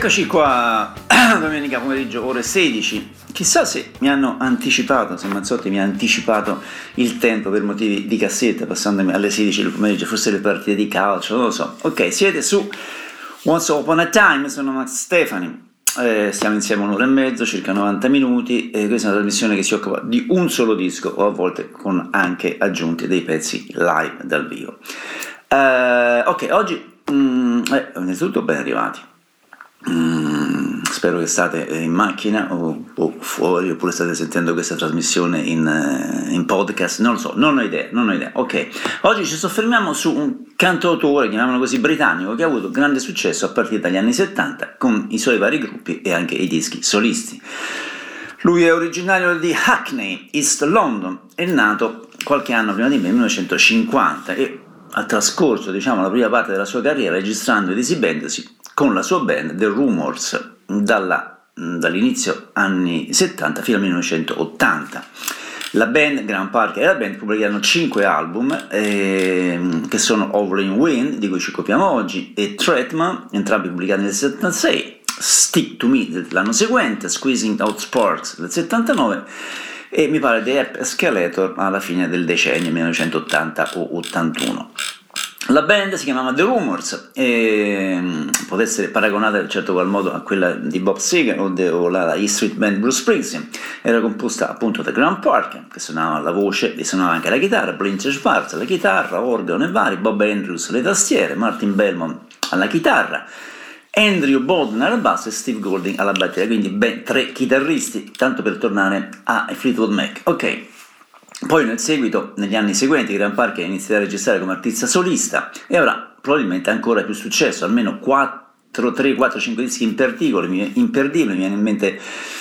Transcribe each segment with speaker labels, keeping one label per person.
Speaker 1: Eccoci qua, domenica pomeriggio, ore 16. Chissà se mi hanno anticipato, se Mazzotti mi ha anticipato il tempo per motivi di cassetta, passandomi alle 16 del pomeriggio, forse le partite di calcio, non lo so. Ok, siete su Once Upon a Time, sono Max Stefani. Stiamo insieme un'ora e mezzo, circa 90 minuti, e questa è una trasmissione che si occupa di un solo disco, o a volte con anche aggiunti dei pezzi live dal vivo. Ok, oggi innanzitutto ben arrivati. Spero che state in macchina o fuori, oppure state sentendo questa trasmissione in podcast, non lo so, non ho idea. Ok, oggi ci soffermiamo su un cantautore, chiamiamolo così, britannico, che ha avuto grande successo a partire dagli anni 70 con i suoi vari gruppi e anche i dischi solisti. Lui è originario di Hackney, East London, è nato qualche anno prima di me, 1950, e ha trascorso, la prima parte della sua carriera registrando ed esibendosi con la sua band The Rumours dall'inizio anni 70 fino al 1980. La band, Graham Parker e la band pubblicarono 5 album che sono Howling Wind, di cui ci occupiamo oggi, e Treatment, entrambi pubblicati nel 76, Stick to Me l'anno seguente, Squeezing Out Sparks del 79 e mi pare The Escalator alla fine del decennio 1980 o 81. La band si chiamava The Rumours e può essere paragonata in certo qual modo a quella di Bob Seger o la E Street Band Bruce Springsteen. Era composta appunto da Graham Parker, che suonava la voce e suonava anche la chitarra, Blinch Schwartz la chitarra, organo e vari, Bob Andrews le tastiere, Martin Belmont alla chitarra, Andrew Bolden al basso e Steve Golding alla batteria, quindi ben 3 chitarristi, tanto per tornare a Fleetwood Mac. Ok. Poi nel seguito, negli anni seguenti, Graham Parker inizierà a registrare come artista solista e avrà probabilmente ancora più successo, almeno 3, 4, 5 dischi imperdibili. Mi viene in mente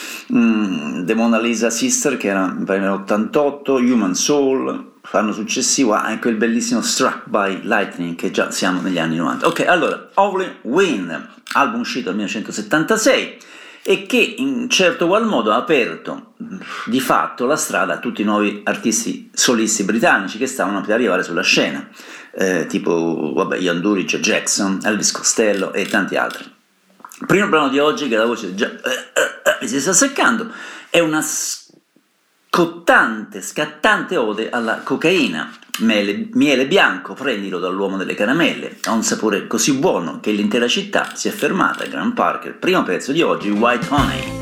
Speaker 1: The Mona Lisa Sister, che era nell'88, Human Soul, l'anno successivo anche il bellissimo Struck by Lightning, che già siamo negli anni 90. Ok, allora, Howling Wind, album uscito nel 1976, e che in certo qual modo ha aperto di fatto la strada a tutti i nuovi artisti solisti britannici che stavano per arrivare sulla scena, tipo Ian Dury, Jackson, Elvis Costello e tanti altri. Il primo brano di oggi, che la voce già mi si sta seccando, è una scattante ode alla cocaina. Miele bianco, prendilo dall'uomo delle caramelle, ha un sapore così buono che l'intera città si è fermata. Graham Parker, primo pezzo di oggi, White Honey.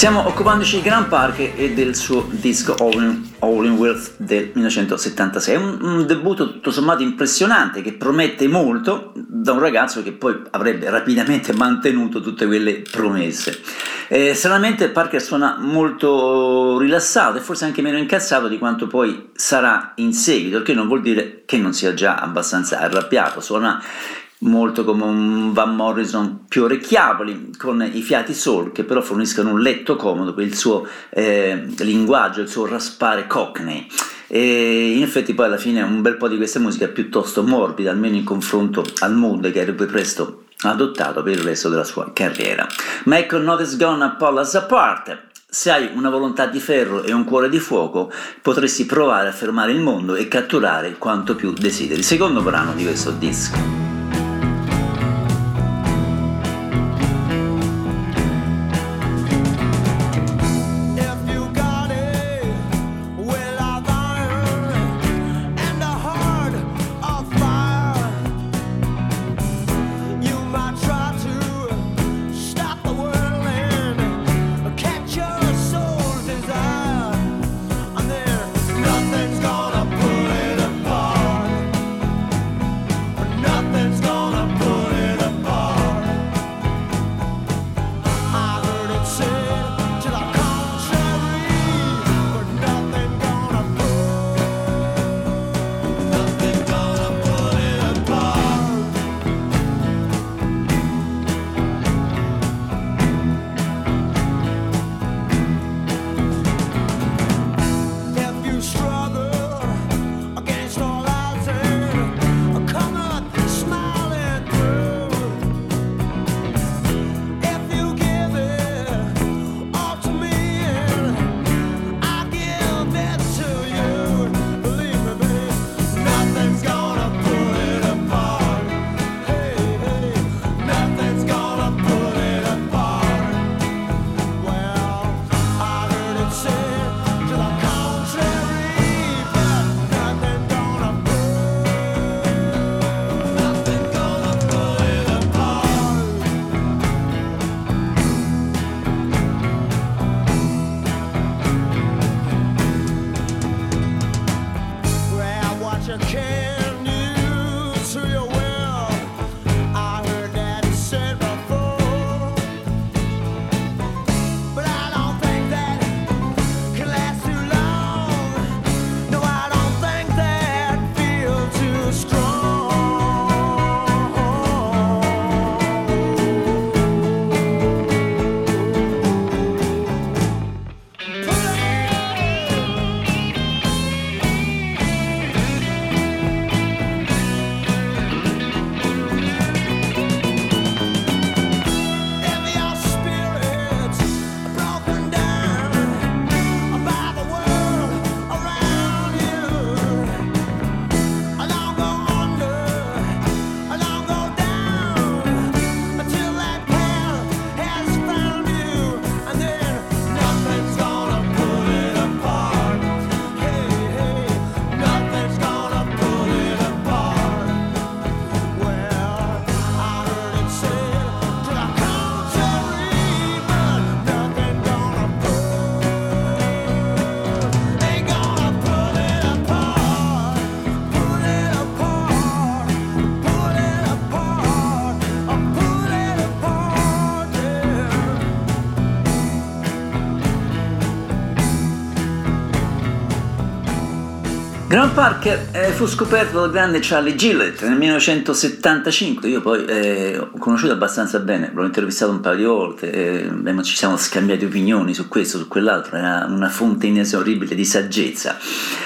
Speaker 1: Stiamo occupandoci di Graham Parker e del suo disco All in Wealth del 1976, un debutto tutto sommato impressionante che promette molto da un ragazzo che poi avrebbe rapidamente mantenuto tutte quelle promesse. Stranamente Parker suona molto rilassato e forse anche meno incazzato di quanto poi sarà in seguito, il che non vuol dire che non sia già abbastanza arrabbiato. Suona molto come un Van Morrison più orecchiabili, con i fiati soul che però forniscono un letto comodo per il suo linguaggio, il suo raspare cockney. E in effetti poi alla fine un bel po' di questa musica è piuttosto morbida, almeno in confronto al mood che avrebbe presto adottato per il resto della sua carriera. Ma ecco, Nothing's Gonna Pull Us Apart. Se hai una volontà di ferro e un cuore di fuoco, potresti provare a fermare il mondo e catturare quanto più desideri. Secondo brano di questo disco. Graham Parker fu scoperto dal grande Charlie Gillett nel 1975. Io poi ho conosciuto abbastanza bene, l'ho intervistato un paio di volte, ci siamo scambiati opinioni su questo, su quell'altro, era una fonte inesauribile di saggezza.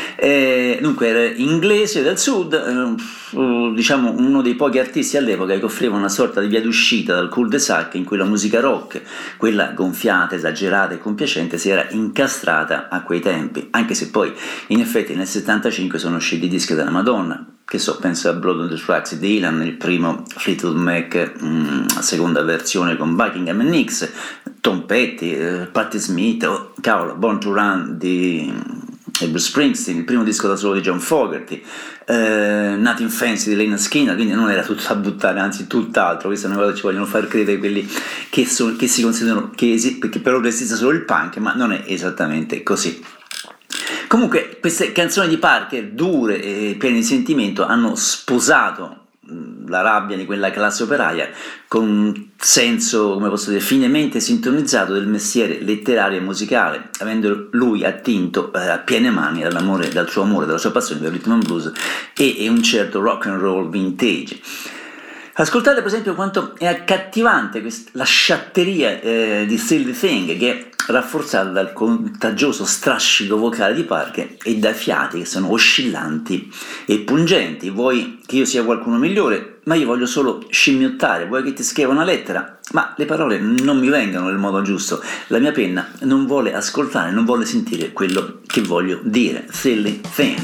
Speaker 1: Dunque era inglese del sud, diciamo uno dei pochi artisti all'epoca che offriva una sorta di via d'uscita dal cul-de-sac in cui la musica rock, quella gonfiata, esagerata e compiacente, si era incastrata a quei tempi, anche se poi in effetti nel 75 sono usciti i dischi della Madonna, che so, penso a Blood on the Tracks di Dylan, il primo Fleetwood Mac, seconda versione con Buckingham e Nicks, Tom Petty, Patti Smith, Born to Run di e Bruce Springsteen, il primo disco da solo di John Fogerty, Nothing Fancy di Lynyrd Skynyrd, quindi non era tutto da buttare, anzi tutt'altro. Questa è una cosa che ci vogliono far credere quelli che si considerano che per loro esiste solo il punk, ma non è esattamente così. Comunque queste canzoni di Parker, dure e piene di sentimento, hanno sposato la rabbia di quella classe operaia con un senso, come posso dire, finemente sintonizzato del mestiere letterario e musicale, avendo lui attinto a piene mani dal suo amore, dalla sua passione per il rhythm and blues e un certo rock and roll vintage. Ascoltate per esempio quanto è accattivante la sciatteria di Silly Thing, che è rafforzata dal contagioso strascico vocale di Parker e dai fiati che sono oscillanti e pungenti. Vuoi che io sia qualcuno migliore, ma io voglio solo scimmiottare. Vuoi che ti scriva una lettera, ma le parole non mi vengono nel modo giusto. La mia penna non vuole ascoltare, non vuole sentire quello che voglio dire. Silly Thing.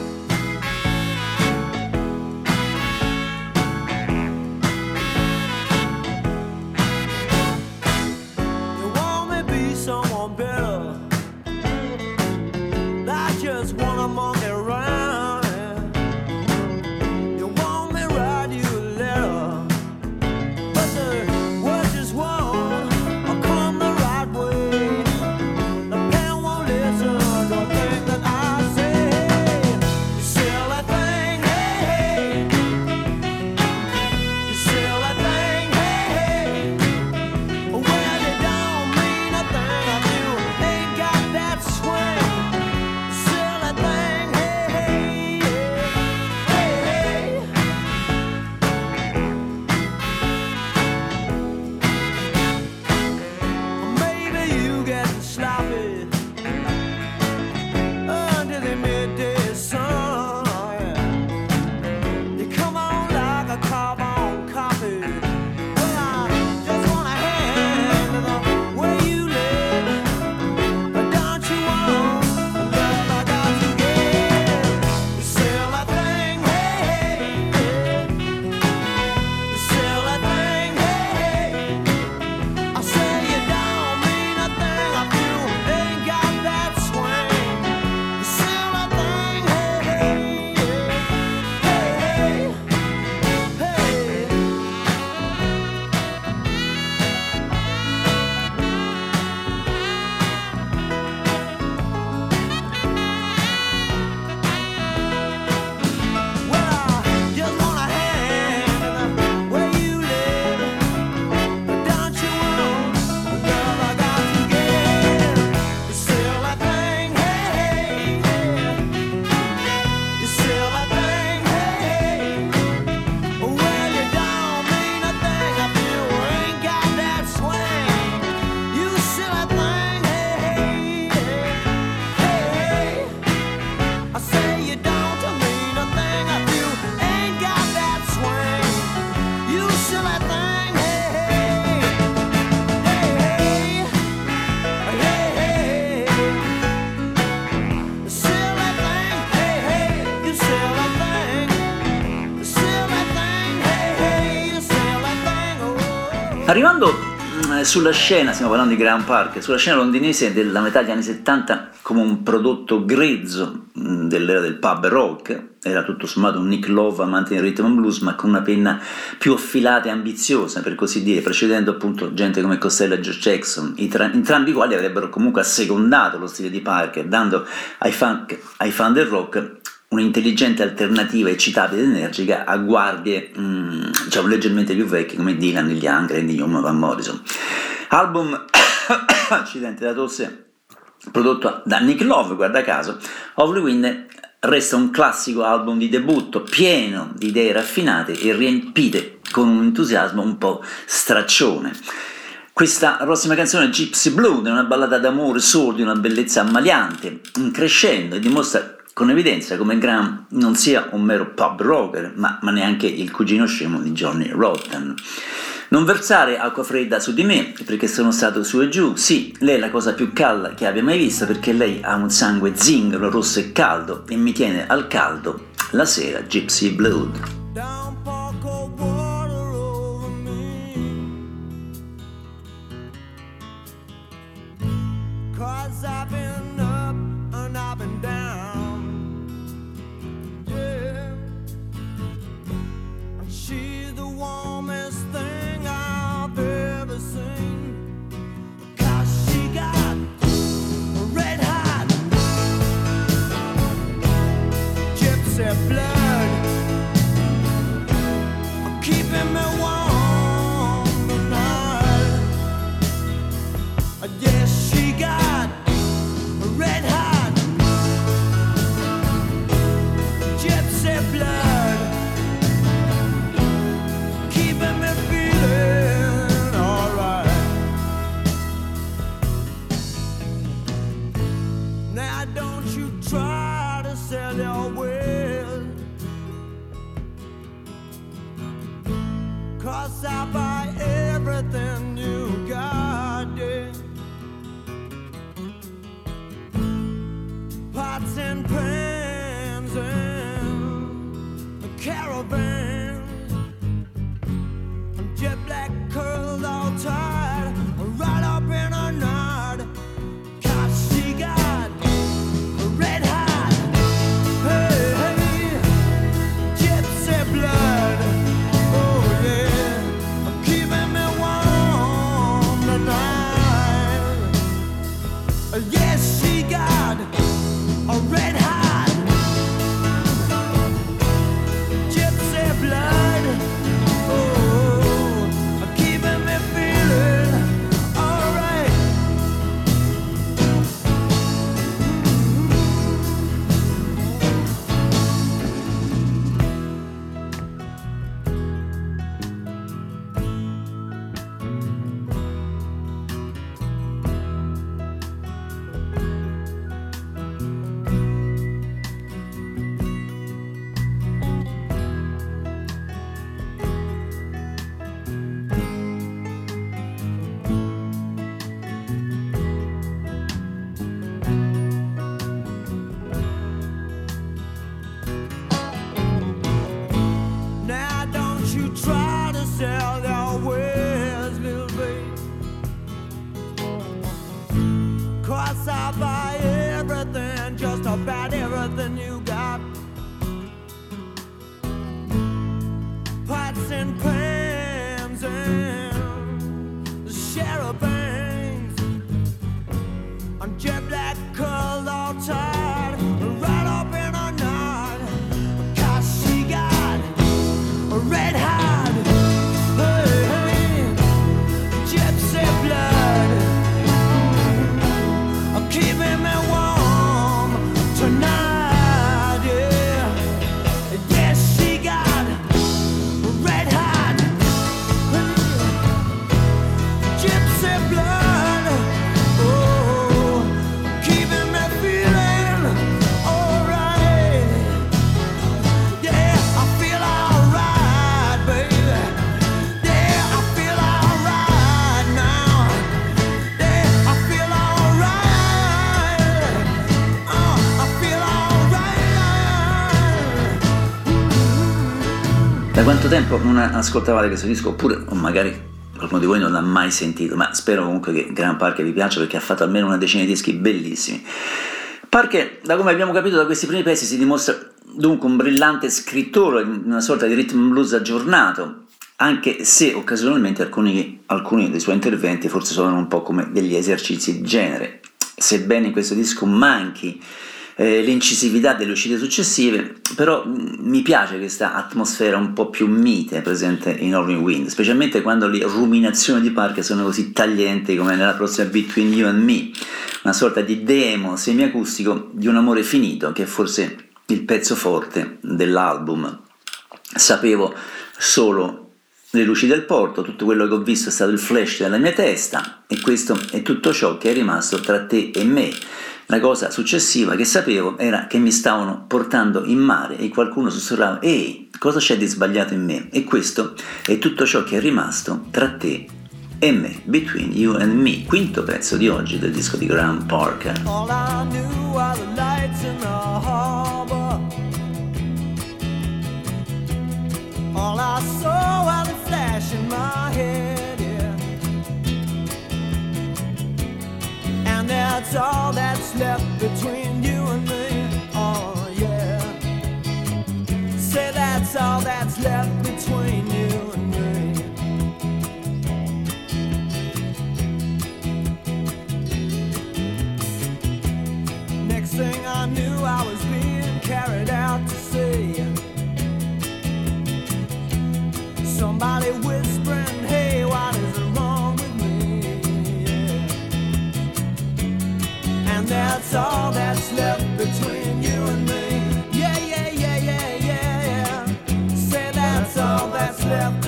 Speaker 1: Arrivando sulla scena, stiamo parlando di Graham Parker, sulla scena londinese della metà degli anni 70 come un prodotto grezzo dell'era del pub rock, era tutto sommato un Nick Love amante del rhythm and blues, ma con una penna più affilata e ambiziosa, per così dire, precedendo appunto gente come Costello e George Jackson, entrambi i quali avrebbero comunque assecondato lo stile di Parker, dando ai fan del rock un'intelligente alternativa eccitabile ed energica a guardie diciamo leggermente più vecchie come Dylan, Neil Young, Randy Newman, Van Morrison. Album accidente da tosse prodotto da Nick Love, guarda caso. Of the Wind resta un classico album di debutto pieno di idee raffinate e riempite con un entusiasmo un po' straccione. Questa prossima canzone, Gypsy Blue, è una ballata d'amore soul di una bellezza ammaliante, crescendo, e dimostra con evidenza come Graham non sia un mero pub rocker, ma neanche il cugino scemo di Johnny Rotten. Non versare acqua fredda su di me, perché sono stato su e giù. Sì, lei è la cosa più calda che abbia mai visto, perché lei ha un sangue zingaro, rosso e caldo, e mi tiene al caldo la sera. Gypsy Blood.
Speaker 2: I've been up and I've been down. got a red hot gypsy blood, keeping me feeling alright. Now don't you try to sell your wares, 'cause I buy everything you got, yeah. Pots and pans and caravans, jet black curls all tied, right up in a knot. 'Cause she got a red hot, hey, hey, gypsy blood. Oh yeah, keeping me warm tonight. Yes, she got a red hot gypsy blood. Oh, keeping me feeling alright. Now don't you try to sell your wares, little babe, 'cause I buy everything, just about everything you got. Pots and pans and charabancs, on jet black curls all tied, right up in a knot. 'Cause she got a red hot, hey, hey, gypsy blood, keeping me warm tonight, yeah. Yes, she got a red hot, hey, gypsy blood. Oh, keeping me feeling alright. Yeah, I feel alright, baby. Yeah, I feel alright now. Yeah, I feel alright. I feel alright.
Speaker 1: Da quanto tempo non ascoltavate questo disco? Oppure, o magari qualcuno di voi non l'ha mai sentito, ma spero comunque che Graham Parker vi piaccia, perché ha fatto almeno una decina di dischi bellissimi. Parker, da come abbiamo capito da questi primi pezzi, si dimostra dunque un brillante scrittore, una sorta di rhythm and blues aggiornato, anche se occasionalmente alcuni dei suoi interventi forse sono un po' come degli esercizi di genere, sebbene in questo disco manchi l'incisività delle uscite successive, però mi piace questa atmosfera un po' più mite presente in Howlin' Wind, specialmente quando le ruminazioni di Parker sono così taglienti come nella prossima Between You and Me, una sorta di demo semiacustico di un amore finito, che è forse il pezzo forte dell'album. Sapevo solo le luci del porto, tutto quello che ho visto è stato il flash della mia testa, e questo è tutto ciò che è rimasto tra te e me. La cosa successiva che sapevo era che mi stavano portando in mare e qualcuno sussurrava: ehi, cosa c'è di sbagliato in me? E questo è tutto ciò che è rimasto tra te e me. Between You and Me, quinto pezzo di oggi del disco di Graham Parker.
Speaker 2: All I knew are the lights in the harbor. All I saw are the flash in my head, yeah. And that's all that's left between you and me, oh yeah. Say that's all that's left between you and me. Next thing I knew, I was being carried out to sea. Somebody whispering, hey, what is wrong with me? Yeah.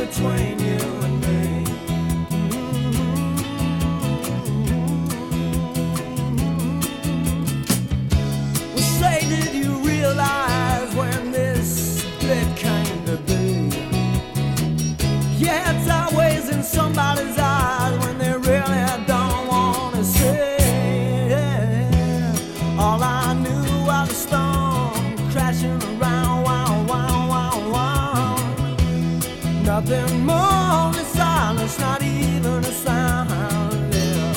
Speaker 2: between you and me. Well, say, did you realize when this split came to be? Yeah, it's always in somebody's eyes when they really don't want to see. All I knew was the storm crashing around, wow, wow, wow, wow. Nothing more than silence, not even a sound, yeah.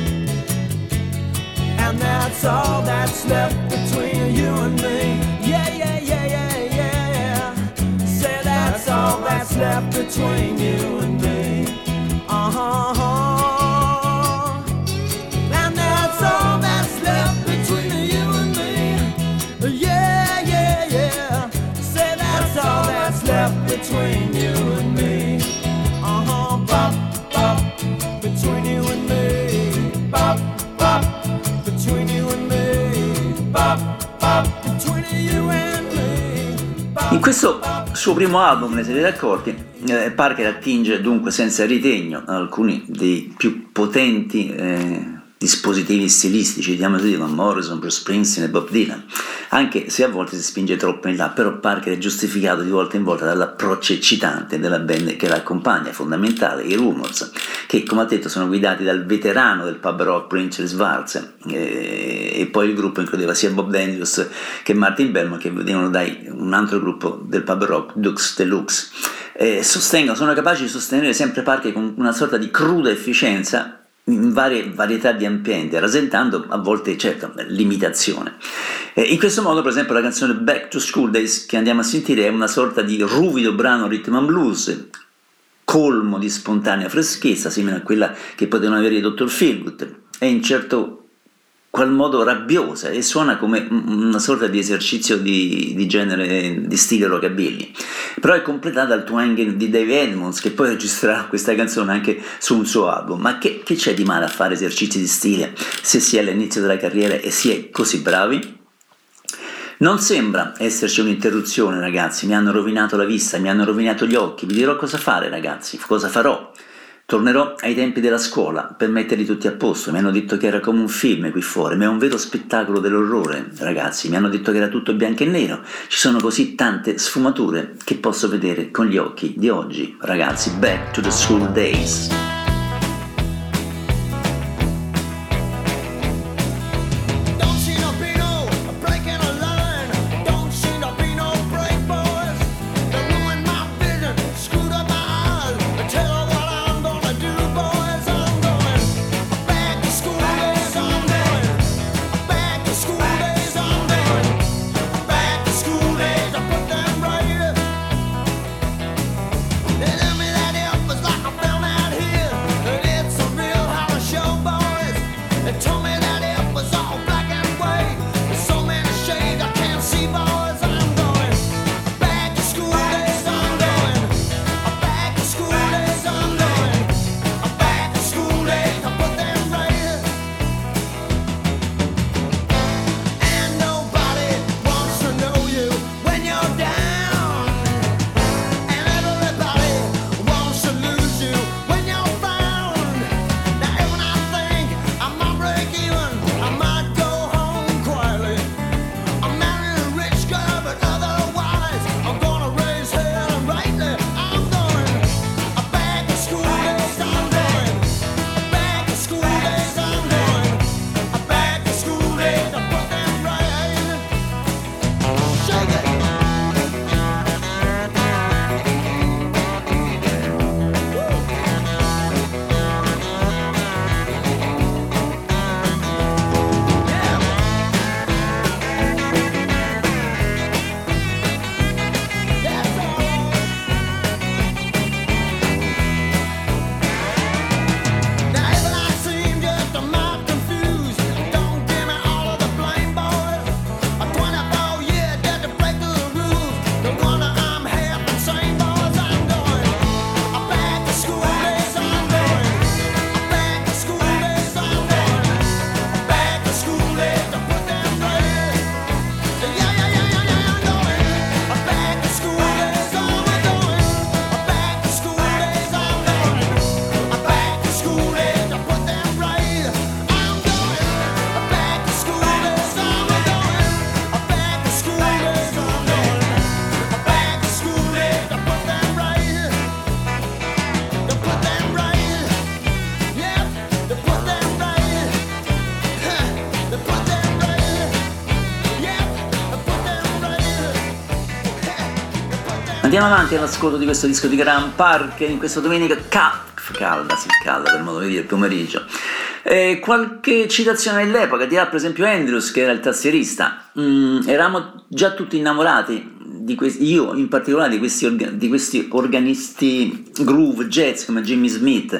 Speaker 2: And that's all that's left between you and me. Yeah, yeah, yeah, yeah, yeah, yeah. Say that's all that's left between you and me. Uh-huh. And that's all that's left between you and me. Yeah, yeah, yeah. Say that's all that's left between you and me. Uh-huh. Bop, bop, between you and me. Bop, bop, between you and me. Bop, bop, between you and me.
Speaker 1: In questo suo primo album, ne siete accorti, Parker attinge dunque senza ritegno alcuni dei più potenti dispositivi stilistici, diciamo così, Van Morrison, Bruce Springsteen e Bob Dylan, anche se a volte si spinge troppo in là. Però Parker è giustificato di volta in volta dall'approccio eccitante della band che l'accompagna, fondamentale, i Rumours, che come ha detto sono guidati dal veterano del pub rock Prince Schwarz, e poi il gruppo includeva sia Bob Daniels che Martin Bellman, che venivano da un altro gruppo del pub rock, Dux Deluxe. Sono capaci di sostenere sempre Parker con una sorta di cruda efficienza in varie varietà di ambienti, rasentando a volte certo l'imitazione. In questo modo, per esempio, la canzone Back to School Days che andiamo a sentire è una sorta di ruvido brano rhythm and blues, colmo di spontanea freschezza, simile a quella che potevano avere i Dr. Feelgood, è in certo qual modo rabbiosa e suona come una sorta di esercizio di genere, di stile rockabilly, però è completata dal twang di Dave Edmunds, che poi registrerà questa canzone anche su un suo album. Ma che c'è di male a fare esercizi di stile se si è all'inizio della carriera e si è così bravi? Non sembra esserci un'interruzione, ragazzi. Mi hanno rovinato la vista, mi hanno rovinato gli occhi. Vi dirò cosa fare, ragazzi, cosa farò. Tornerò ai tempi della scuola per metterli tutti a posto. Mi hanno detto che era come un film qui fuori, ma è un vero spettacolo dell'orrore, ragazzi. Mi hanno detto che era tutto bianco e nero. Ci sono così tante sfumature che posso vedere con gli occhi di oggi, ragazzi. Back to the school days.
Speaker 2: Tell me that it was like I found out here.
Speaker 1: Andiamo avanti all'ascolto di questo disco di Graham Parker in questa domenica calda per modo di dire, pomeriggio. Qualche citazione all'epoca dirà per esempio Andrews, che era il tastierista. Eravamo già tutti innamorati di io in particolare di questi organisti groove jazz come Jimmy Smith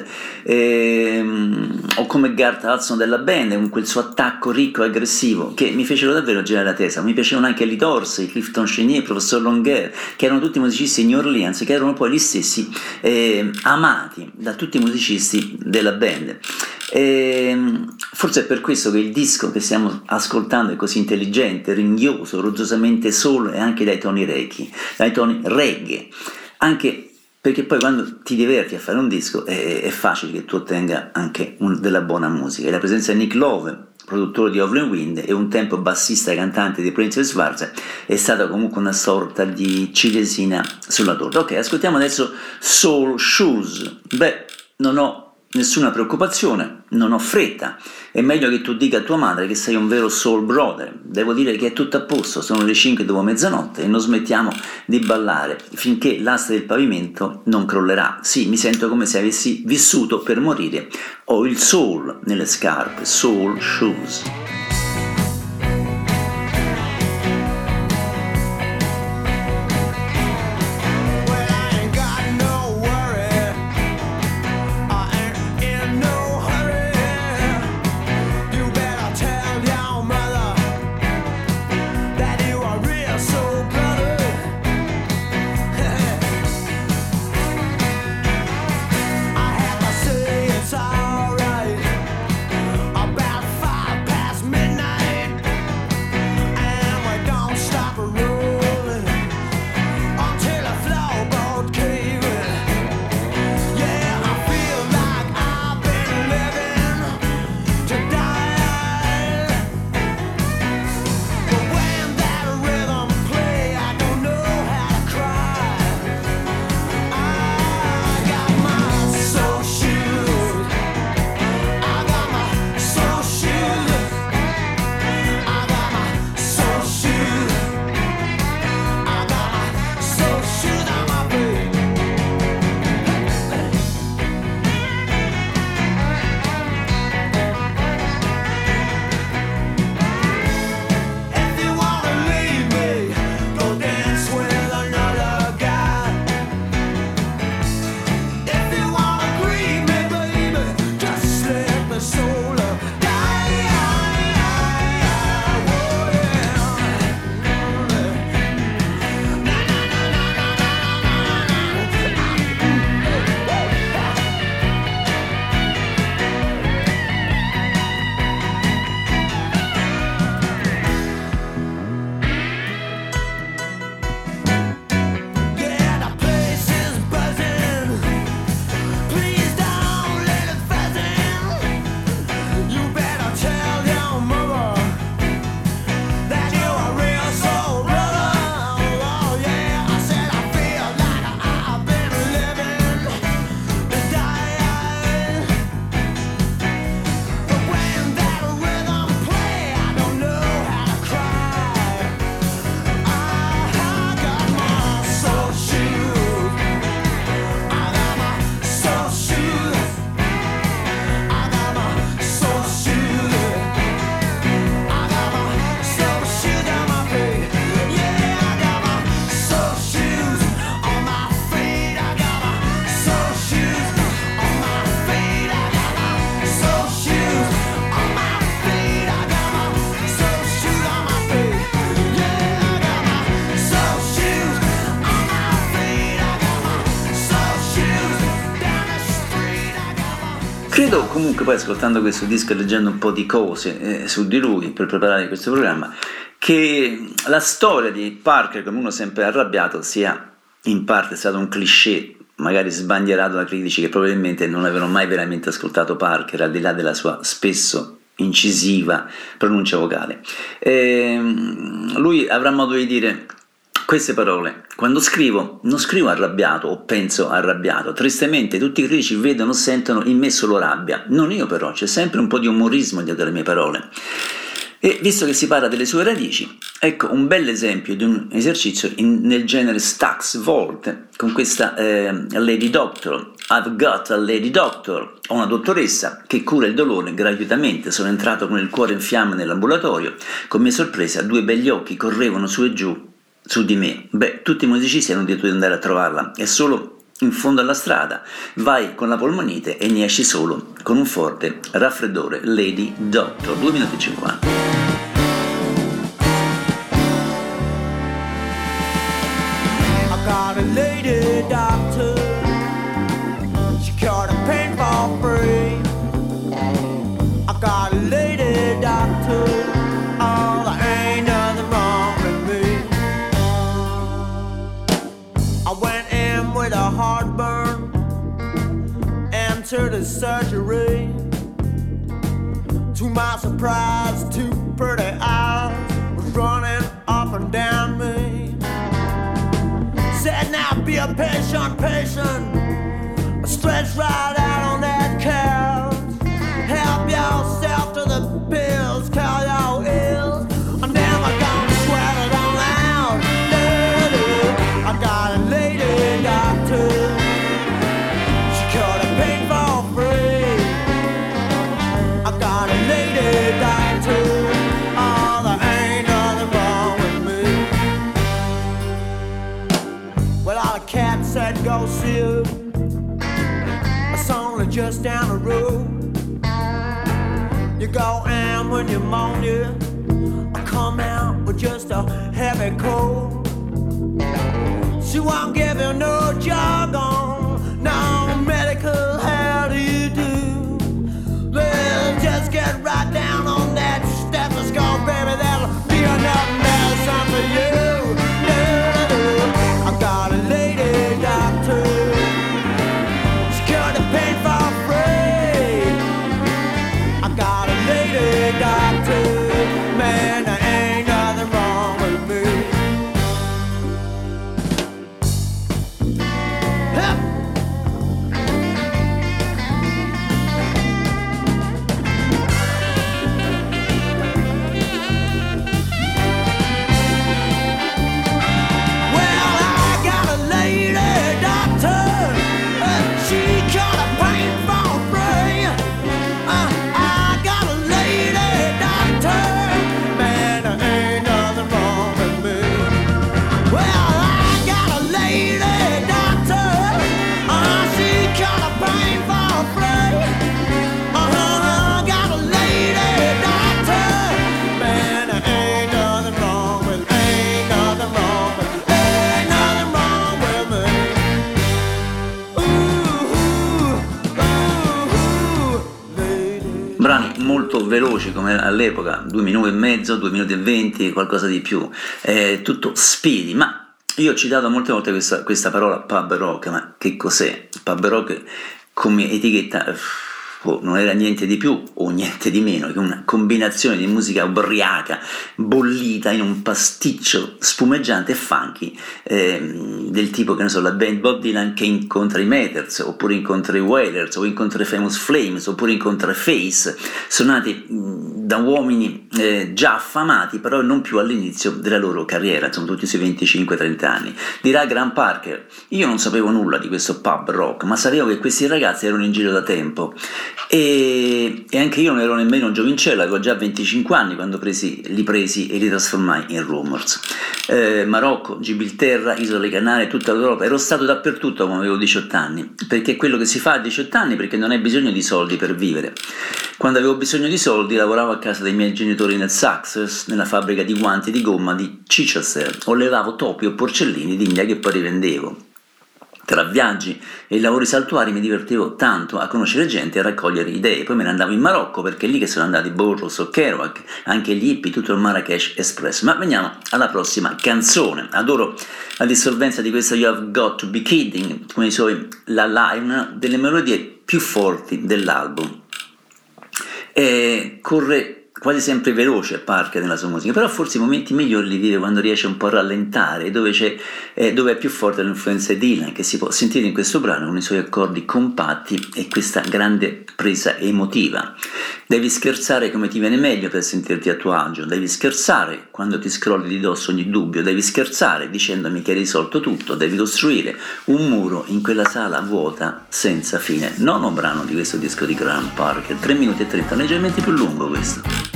Speaker 1: o come Garth Hudson della band, con quel suo attacco ricco e aggressivo che mi fecero davvero girare la testa. Mi piacevano anche Lee Dorsey, Clifton Chenier, Professor Longueur, che erano tutti musicisti di New Orleans, che erano poi gli stessi amati da tutti i musicisti della band. Forse è per questo che il disco che stiamo ascoltando è così intelligente, ringhioso, roggiosamente solo e anche dai toni reggae, anche perché poi quando ti diverti a fare un disco è facile che tu ottenga anche della buona musica. E la presenza di Nick Love, produttore di Evelyn Wind, e un tempo bassista e cantante di Princess Schwarz, è stata comunque una sorta di cilesina sulla torta. Ok, ascoltiamo adesso Soul Shoes. Non ho nessuna preoccupazione, non ho fretta, è meglio che tu dica a tua madre che sei un vero soul brother. Devo dire che è tutto a posto, sono le 5 dopo mezzanotte e non smettiamo di ballare finché l'asta del pavimento non crollerà. Sì, mi sento come se avessi vissuto per morire, ho il soul nelle scarpe, Soul Shoes.
Speaker 2: About 5 past midnight.
Speaker 1: Credo comunque, poi ascoltando questo disco e leggendo un po' di cose su di lui per preparare questo programma, che la storia di Parker, come uno sempre arrabbiato, sia in parte stato un cliché magari sbandierato da critici che probabilmente non avevano mai veramente ascoltato Parker, al di là della sua spesso incisiva pronuncia vocale. Lui avrà modo di dire queste parole: quando scrivo, non scrivo arrabbiato o penso arrabbiato. Tristemente tutti i critici vedono o sentono in me solo rabbia. Non io però, c'è sempre un po' di umorismo dietro le mie parole. E visto che si parla delle sue radici, ecco un bel esempio di un esercizio nel genere Stax Volt, con questa Lady Doctor. I've got a Lady Doctor, ho una dottoressa che cura il dolore gratuitamente. Sono entrato con il cuore in fiamme nell'ambulatorio, con mia sorpresa 2 begli occhi correvano su e giù su di me. Beh, tutti i musicisti hanno detto di andare a trovarla, è solo in fondo alla strada, vai con la polmonite e ne esci solo con un forte raffreddore. Lady Doctor, 2 minuti e 50.
Speaker 2: I got a lady doctor, she cured a pain for free. I got a lady doctor, oh, there ain't nothing wrong with me. I went in with a heartburn, entered the surgery. To my surprise, 2 pretty eyes was running up and down me. Said, now be a patient, stretch right out on that couch. Help yourself to the pills, call your ills. I'm never gonna sweat it all out. I got a lady doctor, she cured a pain for free. I got a lady doctor, oh, there ain't nothing wrong with me. Well, all the cats said go see her, it's only just down the road. You go in when you pneumonia, I come out with just a heavy cold. She won't give you no jargon, no medical, how do you do? Well, just get right down on that stethoscope, baby, that'll be enough medicine for you. I got a lady doctor, she cured the pain for free. I got a lady doctor, man, there ain't nothing wrong with me. Hup. Well, I got a lady doctor, she cured the pain for free. I got a lady doctor, man, there ain't nothing wrong with me. Well, I got a lady doctor, she cured the pain for free. I got a lady doctor, man, there ain't nothing wrong with, ain't nothing wrong with, ain't nothing wrong with me. Lady.
Speaker 1: Brani molto veloci come all'epoca, 2 minuti e mezzo, 2 minuti e 20, qualcosa di più, tutto speedy. Ma io ho citato molte volte questa parola pub rock, ma che cos'è? Pub rock come etichetta non era niente di più o niente di meno che una combinazione di musica ubriaca, bollita in un pasticcio spumeggiante e funky, del tipo, che ne so, la band Bob Dylan che incontra i Meters, oppure incontra i Wailers, o incontra i Famous Flames, oppure incontra Face, suonati da uomini già affamati, però non più all'inizio della loro carriera, insomma tutti sui 25-30 anni. Dirà Graham Parker: io non sapevo nulla di questo pub rock, ma sapevo che questi ragazzi erano in giro da tempo. E anche io non ero nemmeno giovincello, avevo già 25 anni quando li presi e li trasformai in Rumors. Marocco, Gibilterra, Isole Canarie, tutta l'Europa, ero stato dappertutto quando avevo 18 anni, perché è quello che si fa a 18 anni, perché non hai bisogno di soldi per vivere. Quando avevo bisogno di soldi lavoravo a casa dei miei genitori nel Success, nella fabbrica di guanti di gomma di Chichester, o levavo topi o porcellini d'India che poi rivendevo. Tra viaggi e lavori saltuari mi divertivo tanto a conoscere gente e a raccogliere idee. Poi me ne andavo in Marocco, perché è lì che sono andati Burroughs o Kerouac, anche gli hippie, tutto il Marrakesh Express. Ma veniamo alla prossima canzone. Adoro la dissolvenza di questa You Have Got to Be Kidding, come dicevo, la live, una delle melodie più forti dell'album. E corre quasi sempre veloce Parker nella sua musica, però forse i momenti migliori li vive quando riesce un po' a rallentare, dove è più forte l'influenza di Dylan, che si può sentire in questo brano con i suoi accordi compatti e questa grande presa emotiva. Devi scherzare come ti viene meglio per sentirti a tuo agio, devi scherzare quando ti scrolli di dosso ogni dubbio, devi scherzare dicendomi che hai risolto tutto, devi costruire un muro in quella sala vuota senza fine. Nono brano di questo disco di Graham Parker, 3 minuti e 30, leggermente più lungo questo.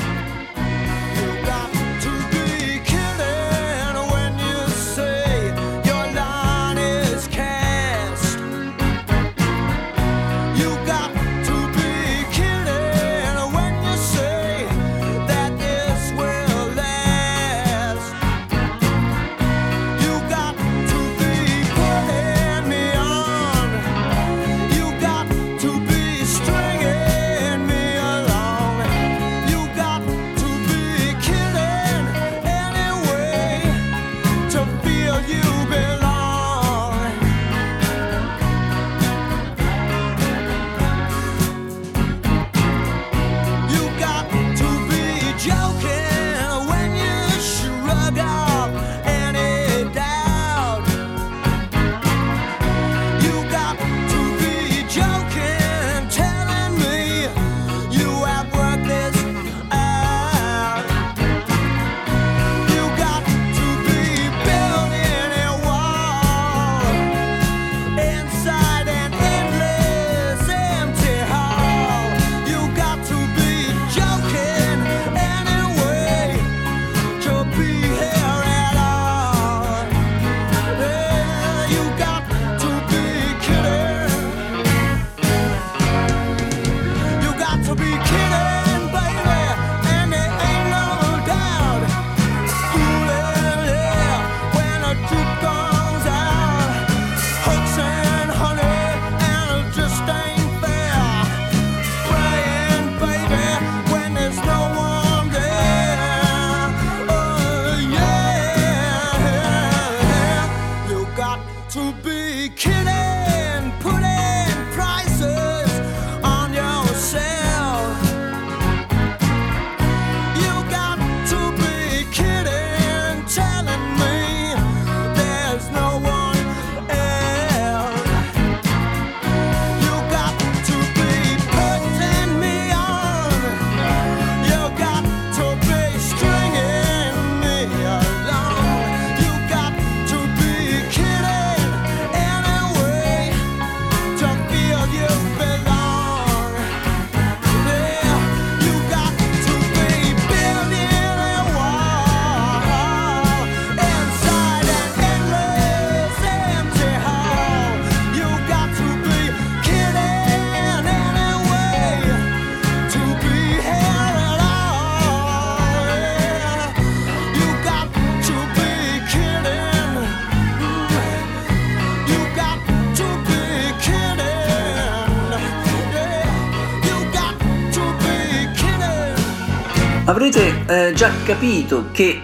Speaker 1: Avrete già capito che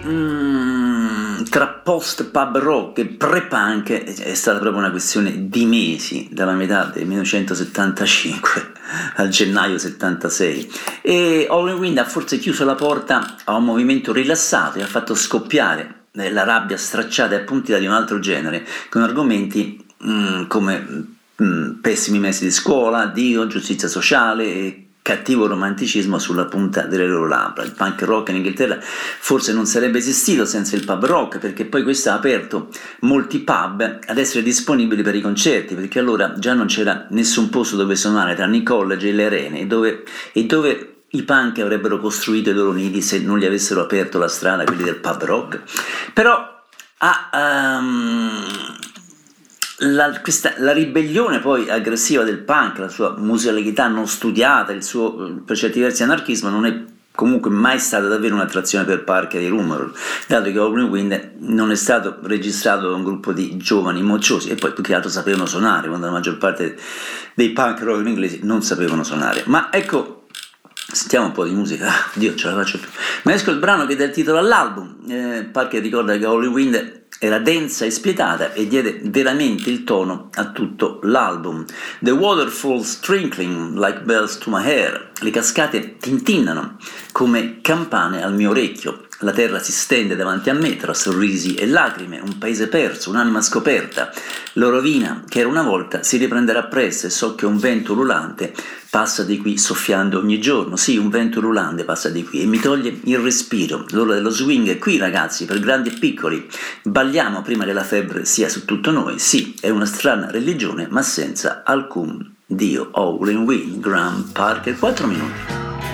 Speaker 1: tra post-pub rock e pre-punk è stata proprio una questione di mesi, dalla metà del 1975 al gennaio 76, e Howlin' Wind ha forse chiuso la porta a un movimento rilassato e ha fatto scoppiare la rabbia stracciata e appuntita di un altro genere, con argomenti come pessimi mesi di scuola, Dio, giustizia sociale e cattivo romanticismo sulla punta delle loro labbra. Il punk rock in Inghilterra forse non sarebbe esistito senza il pub rock, perché poi questo ha aperto molti pub ad essere disponibili per i concerti, perché allora già non c'era nessun posto dove suonare tranne i college e le arene, e dove i punk avrebbero costruito i loro nidi se non gli avessero aperto la strada quelli del pub rock. Però la ribellione poi aggressiva del punk, la sua musicalità non studiata, il suo per certi versi anarchismo, non è comunque mai stata davvero un'attrazione per Parker e Rumor, dato che Howlin' Wind non è stato registrato da un gruppo di giovani mocciosi, e poi più che altro sapevano suonare, quando la maggior parte dei punk rock inglesi non sapevano suonare. Ma ecco, sentiamo un po' di musica. Dio, ce la faccio più. Ma esco il brano che dà il titolo all'album. Parker ricorda che Howlin' Wind Era densa e spietata e diede veramente il tono a tutto l'album. The waterfalls trickling like bells to my hair. Le cascate tintinnano come campane al mio orecchio. La terra si stende davanti a me tra sorrisi e lacrime, un paese perso, un'anima scoperta. La rovina che era una volta si riprenderà presto e so che un vento ululante passa di qui soffiando ogni giorno. Sì, un vento ululante passa di qui e mi toglie il respiro. L'ora dello swing è qui, ragazzi, per grandi e piccoli. Balliamo prima che la febbre sia su tutto noi. Sì, è una strana religione, ma senza alcun Dio. Howlin' Wind, Graham Parker, 4 minuti.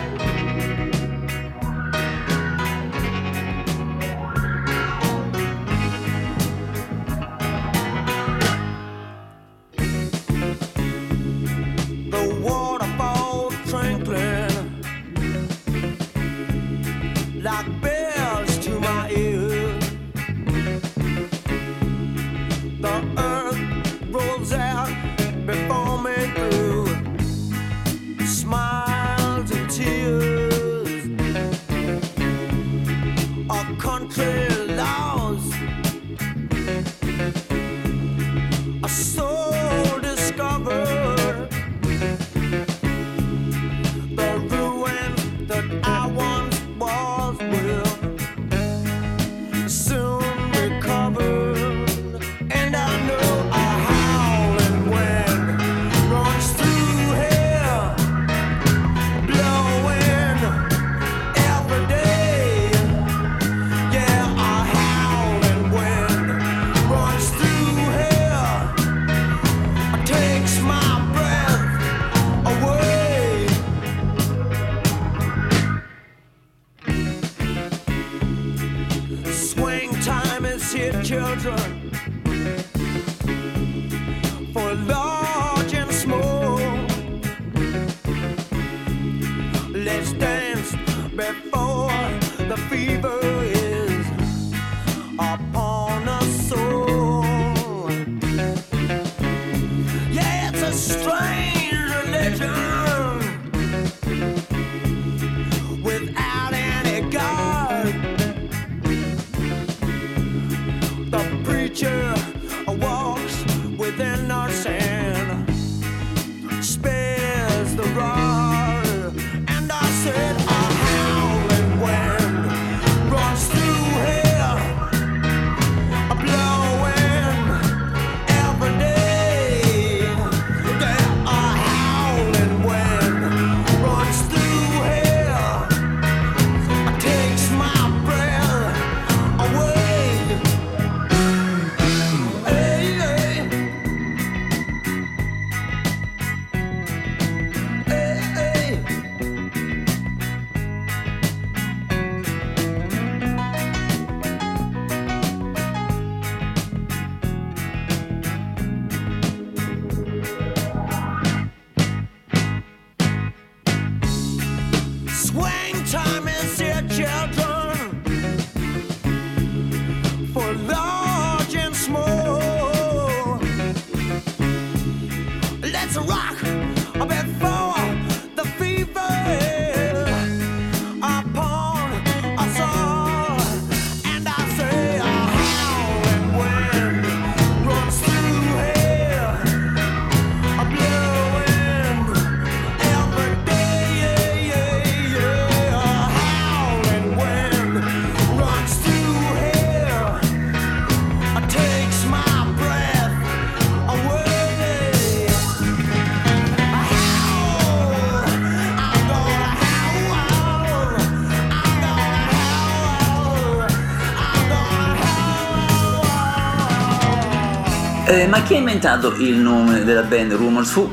Speaker 1: Ma chi ha inventato il nome della band Rumors? Fu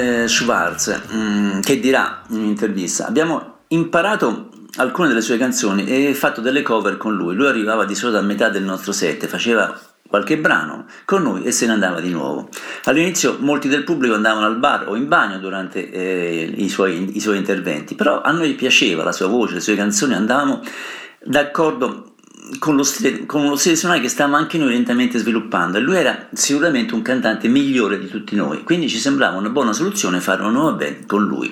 Speaker 1: Schwarz, che dirà in un'intervista: abbiamo imparato alcune delle sue canzoni e fatto delle cover con lui. Lui arrivava di solito a metà del nostro set, faceva qualche brano con noi e se ne andava di nuovo. All'inizio molti del pubblico andavano al bar o in bagno durante i suoi interventi, però a noi piaceva la sua voce, le sue canzoni, andavamo d'accordo con uno stile di suonare che stavamo anche noi lentamente sviluppando, e lui era sicuramente un cantante migliore di tutti noi, quindi ci sembrava una buona soluzione fare una nuova band con lui.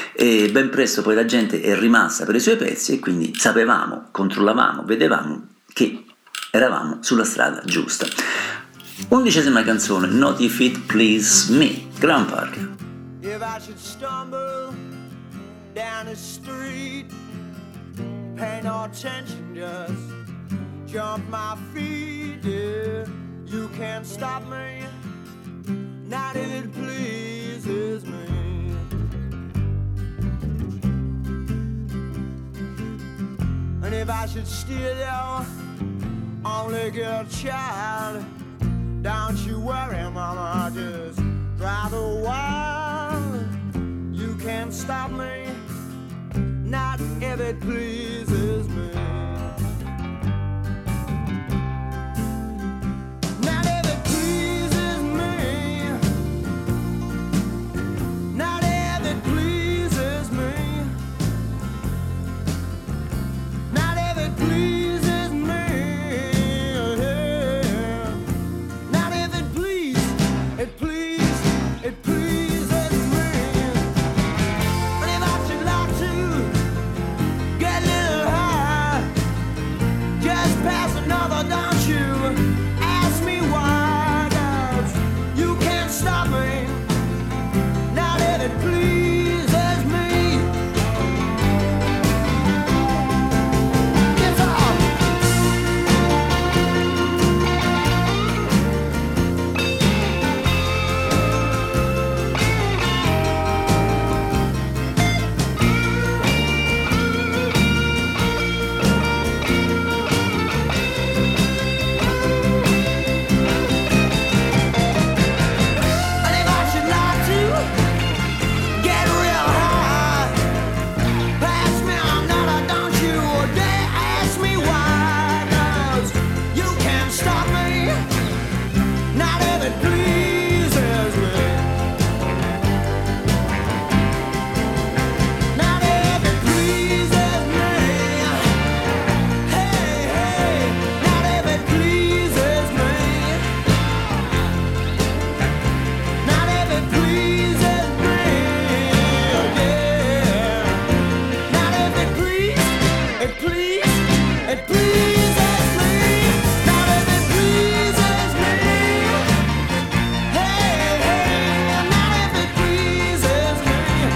Speaker 1: E ben presto poi la gente è rimasta per i suoi pezzi e quindi sapevamo, controllavamo, vedevamo che eravamo sulla strada giusta. 11ª canzone, Not If It Please Me, Graham Parker.
Speaker 2: If I should stumble down the street, pay no attention, just jump my feet, yeah. You can't stop me, not if it pleases me. And if I should steal your only good child, don't you worry, mama, just drive a while. You can't stop me, not if it pleases me. Not if it pleases me. Not if it pleases me. Not if it pleases me. Yeah. Not if it please, it please, it pleases me. And if I should like to get a little high, just pass another, don't you ask me why, 'cause you can't stop me, not if it pleases me. Yes, and if I should like to get real high, pass me another, don't you dare ask me why, 'cause you can't stop me, not if it pleases me. Not if it pleases me. Hey, hey, not if it pleases me. Not if it pleases me. Yeah. Not if it please, it please, it pleases me. Not if it pleases me. Hey, hey, not if it pleases me.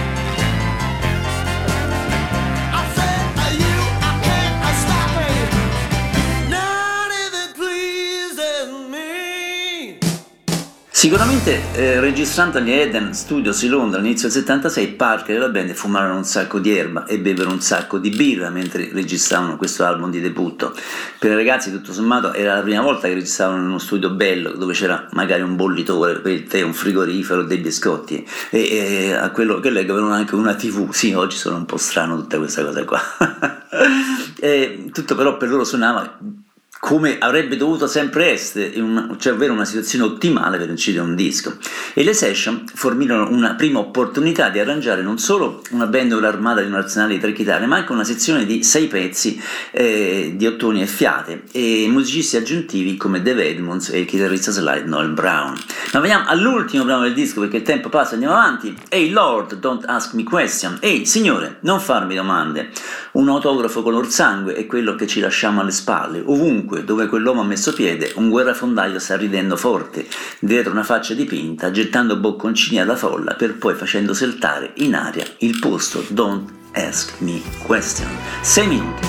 Speaker 2: I said you, I can't stop me. Not if it pleases me.
Speaker 1: Sicuramente registrando agli Eden Studios di Londra all'inizio del 76, Parker e la band fumarono un sacco di erba e bevvero un sacco di birra mentre registravano questo album di debutto. Per i ragazzi tutto sommato era la prima volta che registravano in uno studio bello dove c'era magari un bollitore per il tè, un frigorifero, dei biscotti e a quello che leggo avevano anche una TV. Sì, oggi sono un po' strano tutta questa cosa qua. Tutto però per loro suonava come avrebbe dovuto sempre essere, cioè avere una situazione ottimale per incidere un disco. E le session fornirono una prima opportunità di arrangiare non solo una band armata di un arsenale di 3 chitarre, ma anche una sezione di 6 pezzi di ottoni e fiate e musicisti aggiuntivi come Dave Edmunds e il chitarrista slide Noel Brown. Ma veniamo all'ultimo brano del disco perché il tempo passa, andiamo avanti. Hey Lord, don't ask me question. Ehi Signore, non farmi domande. Un autografo color sangue è quello che ci lasciamo alle spalle, ovunque dove quell'uomo ha messo piede, un guerrafondaio sta ridendo forte, dietro una faccia dipinta, gettando bocconcini alla folla, per poi facendo saltare in aria il posto Don't Ask Me Question. 6 minuti.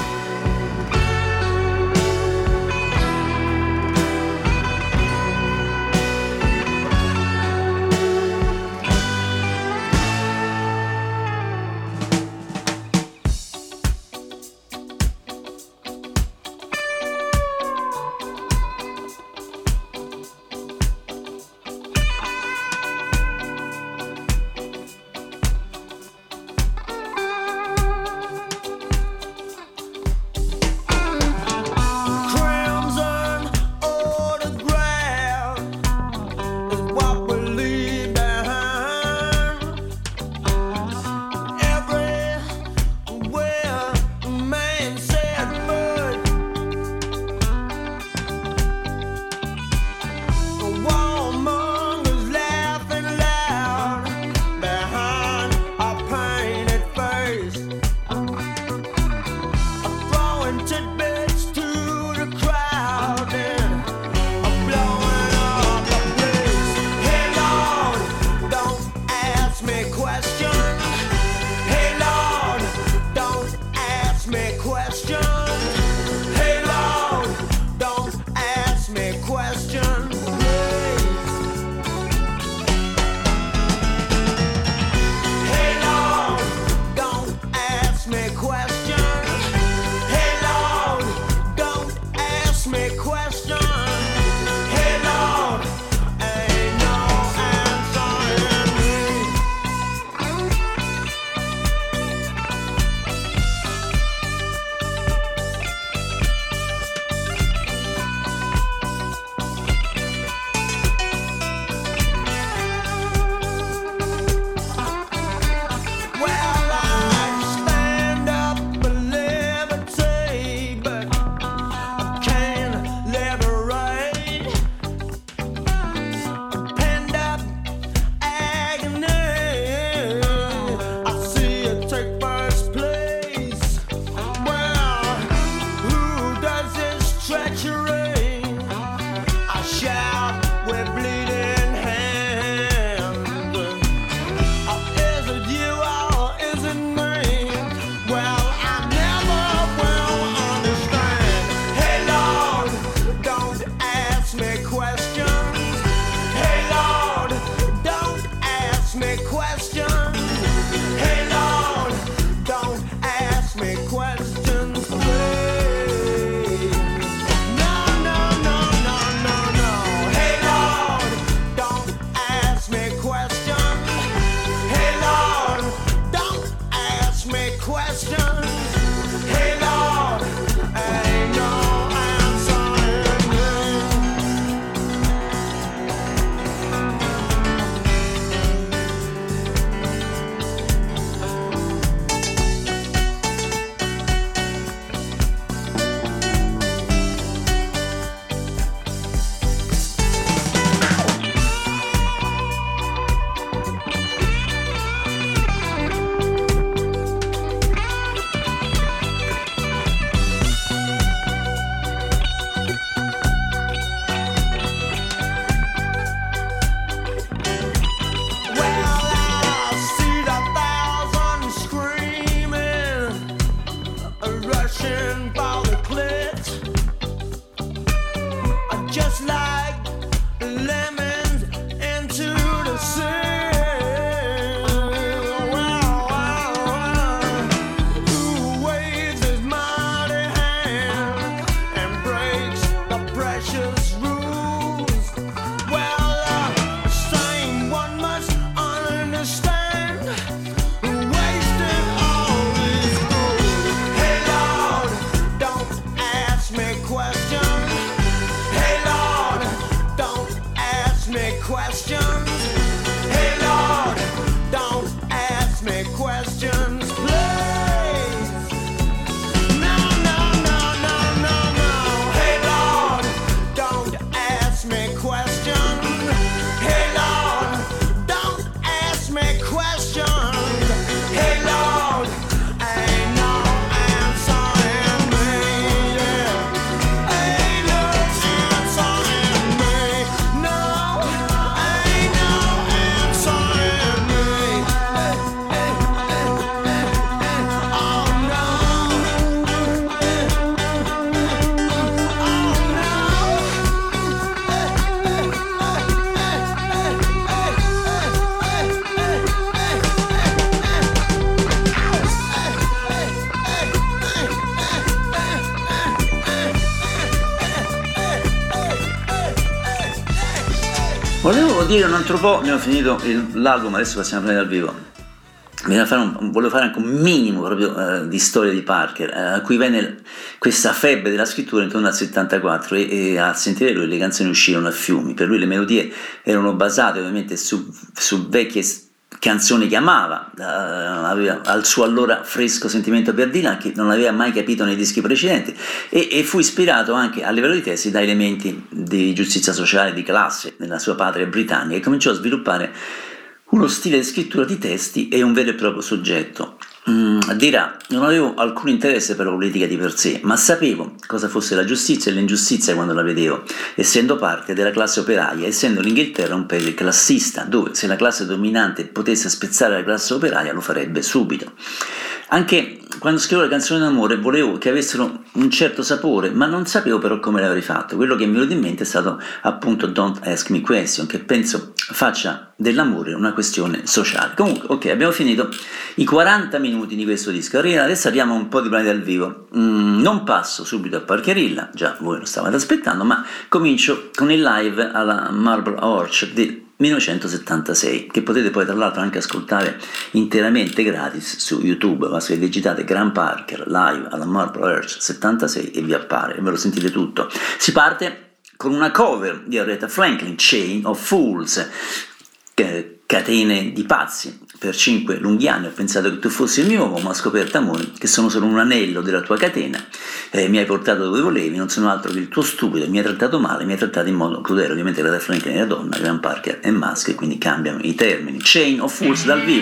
Speaker 1: dire un altro po', abbiamo finito l'album, adesso passiamo a prendere dal vivo. Volevo fare anche un minimo proprio di storia di Parker, a cui venne questa febbre della scrittura intorno al 74 e a sentire lui le canzoni uscirono a fiumi. Per lui le melodie erano basate ovviamente su vecchie canzoni che amava, aveva al suo allora fresco sentimento per Dylan che non aveva mai capito nei dischi precedenti e fu ispirato anche a livello di testi da elementi di giustizia sociale, di classe nella sua patria britannica e cominciò a sviluppare uno stile di scrittura di testi e un vero e proprio soggetto. Dirà, non avevo alcun interesse per la politica di per sé, ma sapevo cosa fosse la giustizia e l'ingiustizia quando la vedevo, essendo parte della classe operaia, essendo l'Inghilterra un paese classista, dove se la classe dominante potesse spezzare la classe operaia lo farebbe subito. Anche quando scrivevo le canzoni d'amore volevo che avessero un certo sapore, ma non sapevo però come le avrei fatto. Quello che mi è venuto in mente è stato appunto Don't Ask Me Question, che penso faccia dell'amore una questione sociale. Comunque, ok, abbiamo finito i 40 minuti di questo disco. Adesso arriviamo a un po' di brani dal vivo. Non passo subito a Parkerilla, già voi lo stavate aspettando, ma comincio con il live alla Marble Arch del 1976, che potete poi tra l'altro anche ascoltare interamente gratis su YouTube. Basta che digitate Graham Parker live alla Marble Arch 76 e vi appare e ve lo sentite tutto. Si parte con una cover di Aretha Franklin, Chain of Fools, catene di pazzi. Per 5 lunghi anni ho pensato che tu fossi il mio uomo, ma ho scoperto, amore, che sono solo un anello della tua catena. Mi hai portato dove volevi, non sono altro che il tuo stupido, mi hai trattato male, mi hai trattato in modo crudele. Ovviamente Aretha Franklin è donna, Graham Parker è maschio, e quindi cambiano i termini. Chain of Fools dal vivo.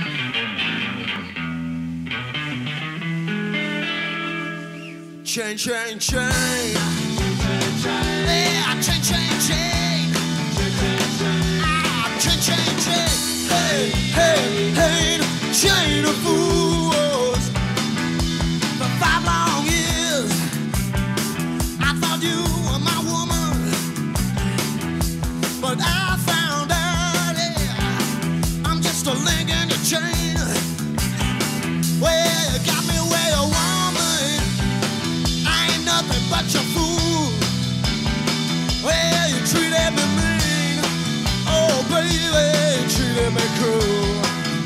Speaker 2: Chain, chain, chain. Yeah, chain, chain, chain. Ah, chain, chain, chain. Hey, hey, hey, chain of fools. For 5 long years, I thought you were my woman, but I found out, yeah, I'm just a link in your chain. Well, you got me where you want me. I ain't nothing but your fool. Well, you treated me mean. Oh, baby, you treated me cruel.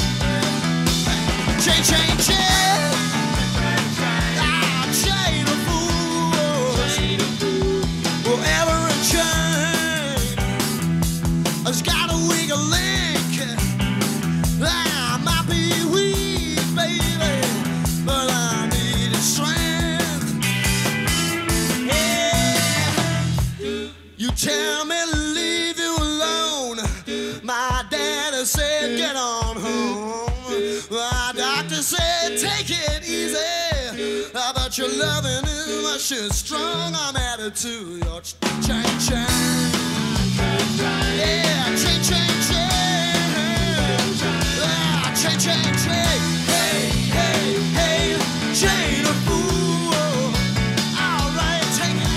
Speaker 2: Chain, chain, chain. Ah, chain of fools. Well, every chain has got a weak link. I might be weak, baby, but I need strength. Yeah. You tell me to leave you alone. My daddy said get on home. My doctor said take it easy. But your loving is much too strong. I'm added to your chain, chain. Yeah, chain, chain, chain. Ah, chain, chain, chain. Hey, hey, hey, chain of fool. All right, take it.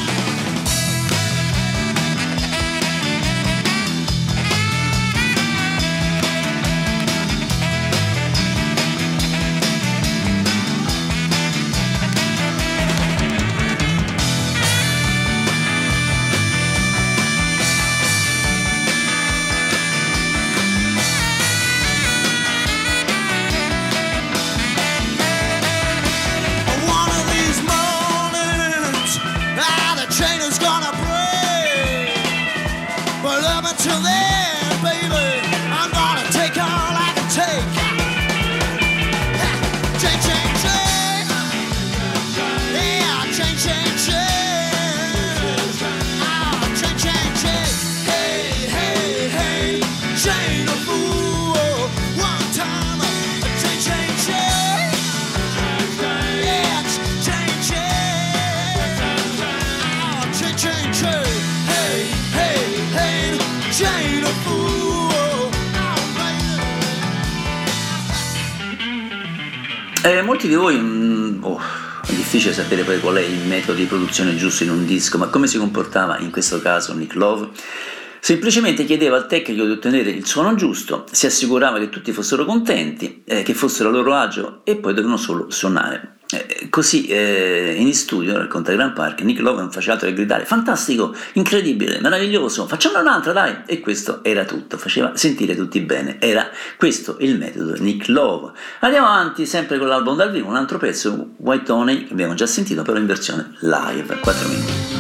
Speaker 2: One of these mornings, the chain is gonna break. But up until then, baby, I'm gonna take all I can take. Chain, chain, chain. Yeah, chain, chain, chain. Ah, chain, chain, chain. Hey, hey, hey, chain of fool. One time, chain, chain, chain. Yeah, chain, chain. Ah, chain, chain, chain. Hey, hey, hey, chain of fool. Oh, baby.
Speaker 1: Molti di voi, è difficile sapere poi qual è il metodo di produzione giusto in un disco, ma come si comportava in questo caso Nick Love? Semplicemente chiedeva al tecnico di ottenere il suono giusto, si assicurava che tutti fossero contenti, che fossero a loro agio e poi dovevano solo suonare. così in studio, racconta Graham Parker, Nick Love non faceva altro che gridare: fantastico, incredibile, meraviglioso, facciamo un'altra, dai! E questo era tutto, faceva sentire tutti bene, era questo il metodo di Nick Love. Andiamo avanti sempre con l'album dal vivo, un altro pezzo, White Honey, che abbiamo già sentito però in versione live, 4 minuti.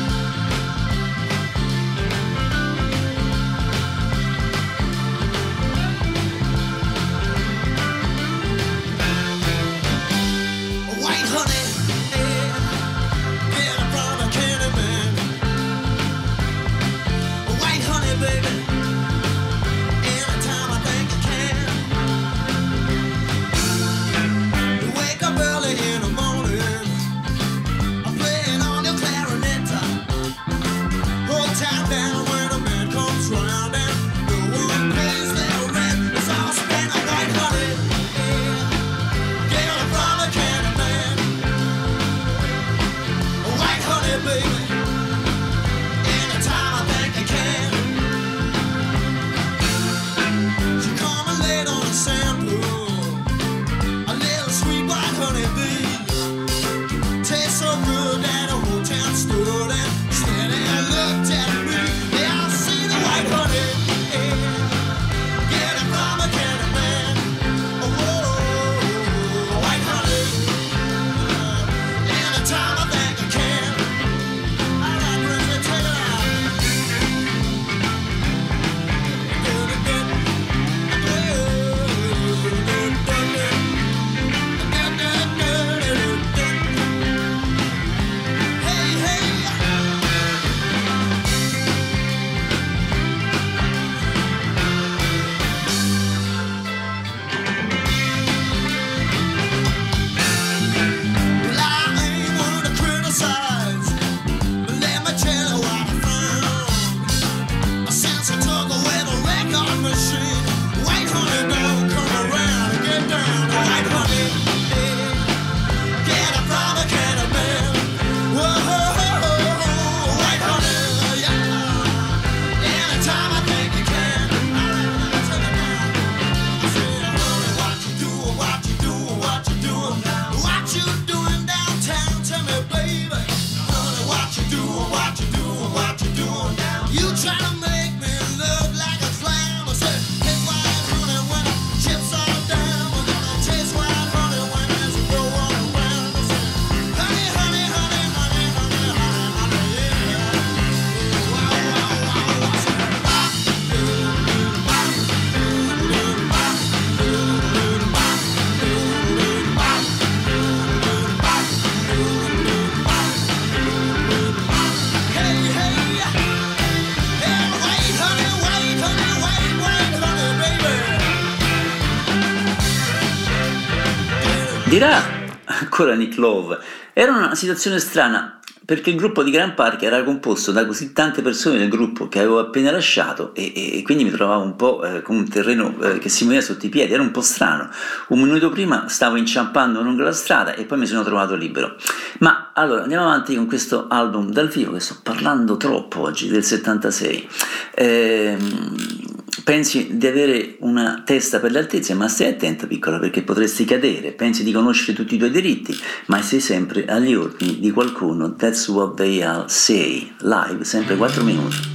Speaker 1: Dirà ancora Nick Love, era una situazione strana perché il gruppo di Graham Parker era composto da così tante persone del gruppo che avevo appena lasciato e quindi mi trovavo un po' con un terreno che si muoveva sotto i piedi, era un po' strano. Un minuto prima stavo inciampando lungo la strada e poi mi sono trovato libero. Ma allora andiamo avanti con questo album dal vivo, che sto parlando troppo oggi, del 76. Pensi di avere una testa per le altezze, ma stai attento piccola perché potresti cadere. Pensi di conoscere tutti i tuoi diritti, ma sei sempre agli ordini di qualcuno. That's what they all say. Live, sempre 4 minuti.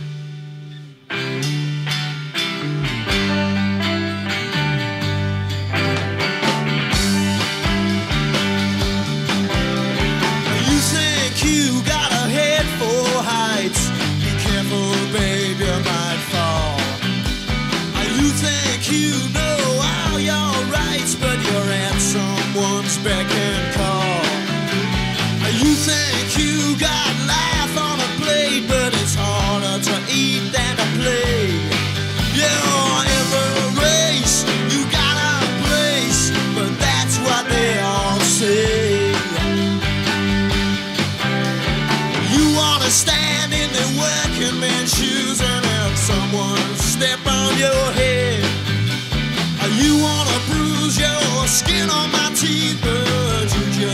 Speaker 2: Beck and call. You think you got life on a plate, but it's harder to eat than to play. Yeah, every race you got a place, but that's what they all say. You wanna stand in the working man's shoes and have someone step on your head. You wanna bruise your skin on my teeth, but you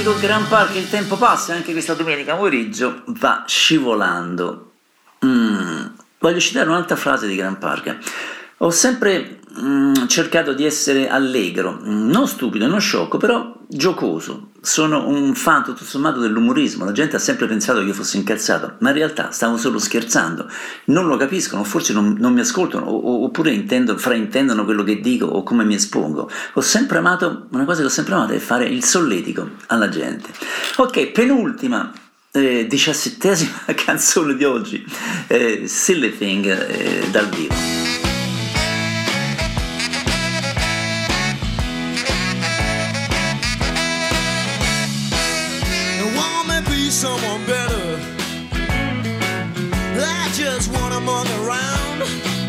Speaker 1: amico Graham Parker, il tempo passa, anche questa domenica pomeriggio va scivolando. Voglio citare un'altra frase di Graham Parker. Ho sempre cercato di essere allegro, non stupido, non sciocco, però giocoso. Sono un fan tutto sommato dell'umorismo. La gente ha sempre pensato che io fossi incazzato, ma in realtà stavo solo scherzando. Non lo capiscono, forse non mi ascoltano, oppure fraintendono quello che dico o come mi espongo. Una cosa che ho sempre amato è fare il solletico alla gente. Ok, penultima 17ª canzone di oggi, Silly Thing, dal vivo.
Speaker 2: Someone better, I just wanna mug around.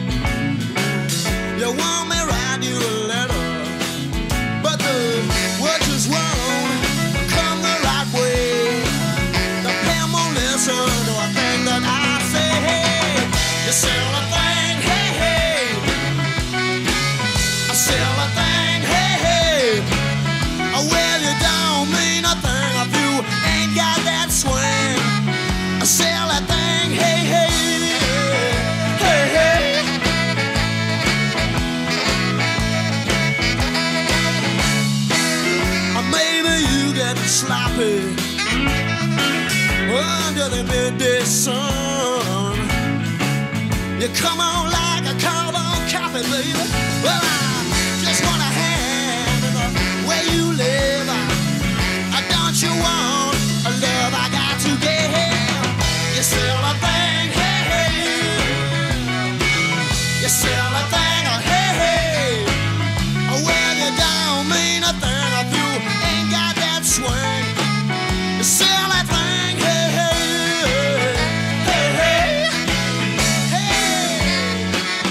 Speaker 2: You want me write you a letter, but the words is wrong. Come the right way, the pen won't listen to a thing that I say. Hey, you sell a thing, hey, hey. I sell a thing, hey, hey. Well, you don't mean a thing if you ain't got that swing. I sell that thing, hey, hey, hey, hey. Or maybe you get sloppy under the midday sun. You come on like a carbon copy, baby. Well, I just want a hand in the way you live. Don't you want a love I got to give? You sell a thing, hey, hey. You sell a thing, oh, hey, hey. Well, you don't mean a thing if you ain't got that swing. You sell that thing, hey, hey. Hey, hey. Hey.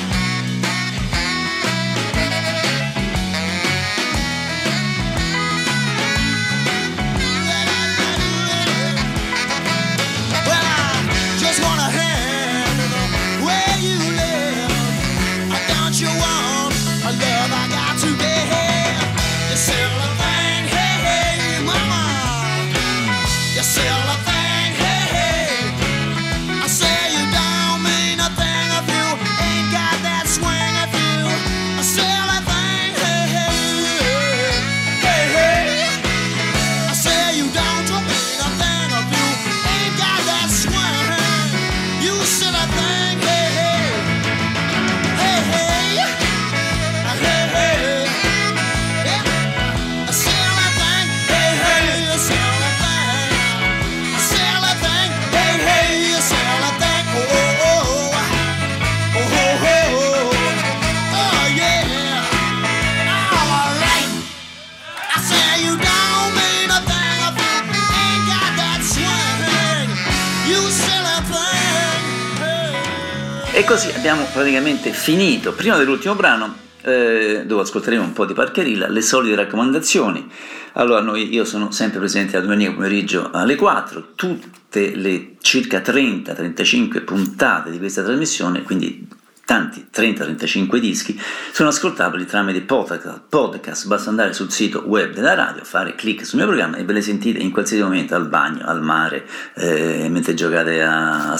Speaker 2: Well, I just want a hand in the way you live. Don't you want a love I got to give? You sell a thing, hey, hey, mama. You sell a thing, hey, hey. I say you don't mean a thing if you ain't got that swing. If you sell a thing, hey, hey, hey, hey. I say you don't mean a thing if you ain't got that swing. You sell a thing, hey, hey, hey, hey, hey, hey. Yeah. I sell a thing, hey, hey, I sell a thing. I sell a thing, hey, hey, I sell a thing. Oh, oh, oh, oh, oh, oh, oh, yeah. All right. I say you don't mean a thing if you ain't got that swing. You sell a thing, hey.
Speaker 1: E così abbiamo praticamente finito, prima dell'ultimo brano, dove ascolteremo un po' di Parkerilla, le solite raccomandazioni. Allora, io sono sempre presente la domenica pomeriggio alle 4, tutte le circa 30-35 puntate di questa trasmissione, quindi tanti 30-35 dischi, sono ascoltabili tramite podcast. Basta andare sul sito web della radio, fare clic sul mio programma e ve le sentite in qualsiasi momento, al bagno, al mare, mentre giocate a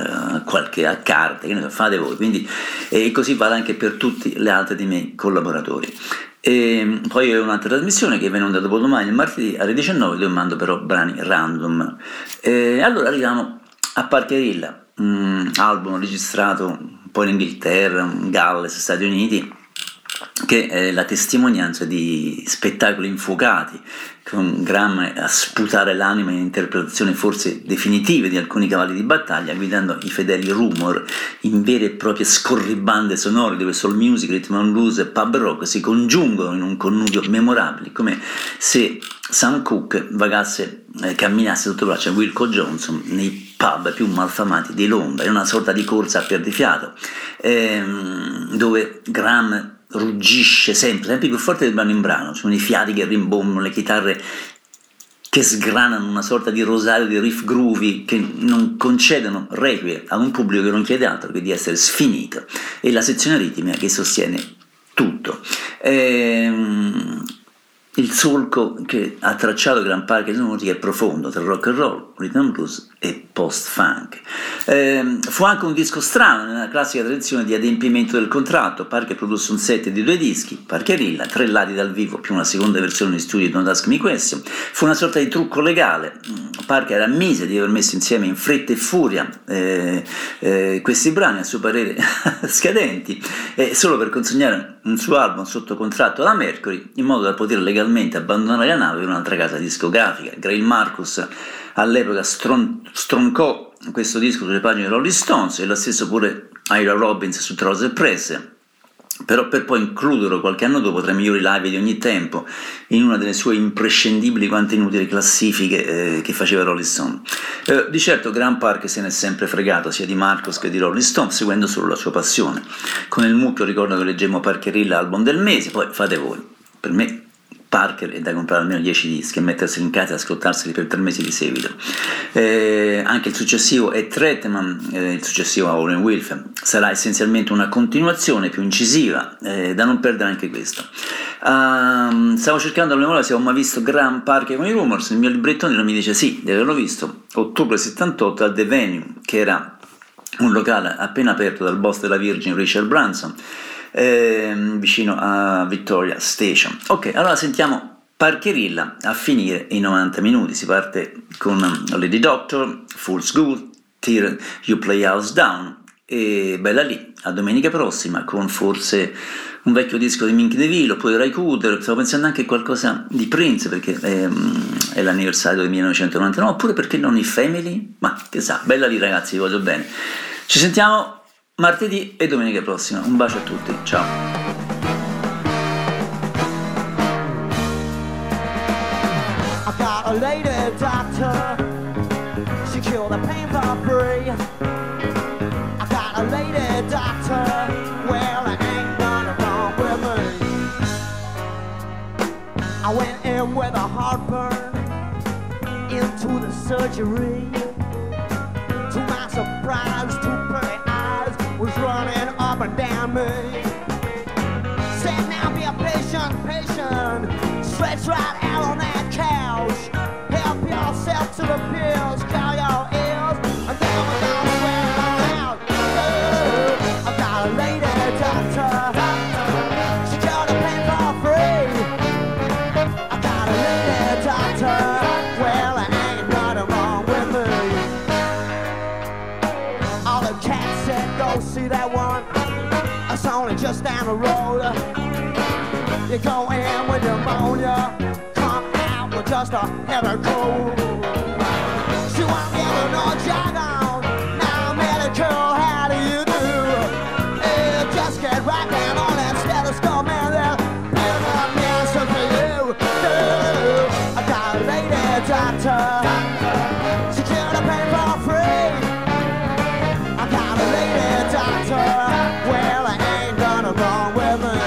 Speaker 1: carte, che ne so, fate voi. Quindi, e così vale anche per tutti gli altri dei miei collaboratori. E poi ho un'altra trasmissione che viene onda dopodomani, il martedì alle 19, dove mando però brani random. Allora arriviamo a Parkerilla, album registrato poi in Inghilterra, Galles, Stati Uniti, che è la testimonianza di spettacoli infuocati, con Graham a sputare l'anima in interpretazioni forse definitive di alcuni cavalli di battaglia, guidando i fedeli Rumor in vere e proprie scorribande sonore dove soul music, rhythm and blues e pub rock si congiungono in un connubio memorabile, come se Sam Cooke camminasse sotto braccio a Wilco Johnson nei pub più malfamati di Londra, in una sorta di corsa a perdifiato, dove Graham ruggisce sempre più forte del brano in brano, sono i fiati che rimbombano, le chitarre che sgranano una sorta di rosario di riff groovy che non concedono requie a un pubblico che non chiede altro che di essere sfinito, e la sezione ritmica che sostiene tutto. il solco che ha tracciato Graham Parker in musica è profondo, tra rock and roll, rhythm and blues e post-funk. Fu anche un disco strano nella classica tradizione di adempimento del contratto. Parker produsse un set di 2 dischi, Parkerilla, 3 lati dal vivo più una seconda versione in studio di Don't Ask Me Question. Fu una sorta di trucco legale. Parker ammise di aver messo insieme in fretta e furia questi brani, a suo parere scadenti, solo per consegnare un suo album sotto contratto alla Mercury, in modo da poter legalmente abbandonare la nave per un'altra casa discografica. Grail Marcus all'epoca stroncò questo disco sulle pagine di Rolling Stones, e lo stesso pure Ira Robbins su Trouser Press, però per poi includerlo qualche anno dopo tra i migliori live di ogni tempo in una delle sue imprescindibili quanto inutili classifiche che faceva Rolling Stone. Di certo Graham Parker se n'è sempre fregato sia di Marcus che di Rolling Stone, seguendo solo la sua passione. Con il mucchio ricordo che leggemmo Parkerilla album del mese, poi fate voi. Per me Parker è da comprare almeno 10 dischi e metterseli in casa e ascoltarseli per 3 mesi di seguito. Anche il successivo è Tretman, il successivo a Owen Wilson, sarà essenzialmente una continuazione più incisiva, da non perdere anche questo. Stavo cercando la memoria se ho mai visto Graham Parker con i Rumors. Il mio librettone non mi dice sì, di averlo visto ottobre 78 al The Venue, che era un locale appena aperto dal boss della Virgin Richard Branson, vicino a Victoria Station. Ok, allora sentiamo Parkerilla a finire i 90 minuti. Si parte con Lady Doctor, Fool's Gold, Tear You Play House Down, e bella lì, a domenica prossima, con forse un vecchio disco di Minky DeVille oppure Ray Cooder. Stavo pensando anche a qualcosa di Prince, perché è l'anniversario del 1999, oppure perché non i Family, ma che sa, bella lì ragazzi, vi voglio bene. Ci sentiamo martedì e domenica prossima. Un bacio a tutti, ciao.
Speaker 2: I got a lady doctor, she cured the pain for free. I got a lady doctor, well there ain't nothing wrong with me. I went in with a heartburn into the surgery. To my surprise, 2 pretty eyes was running up and down me. Said now be a patient, stretch right out on that couch. Help yourself to the pills, cover your ears, and then we're gonna swear it out. Oh, I got a lady doctor, she cured the pain for free. I got a lady doctor, well there ain't nothing wrong with me. All the cats said go see that one, it's only just down the road. You go in with pneumonia, come out with just a heavy cold. She won't give her no jargon, now medical, how do you do? Just get right down on that stethoscope and they'll build up the answer for you. I got a lady doctor, she cured the pain for free. I got a lady doctor, well there ain't nothing wrong with me.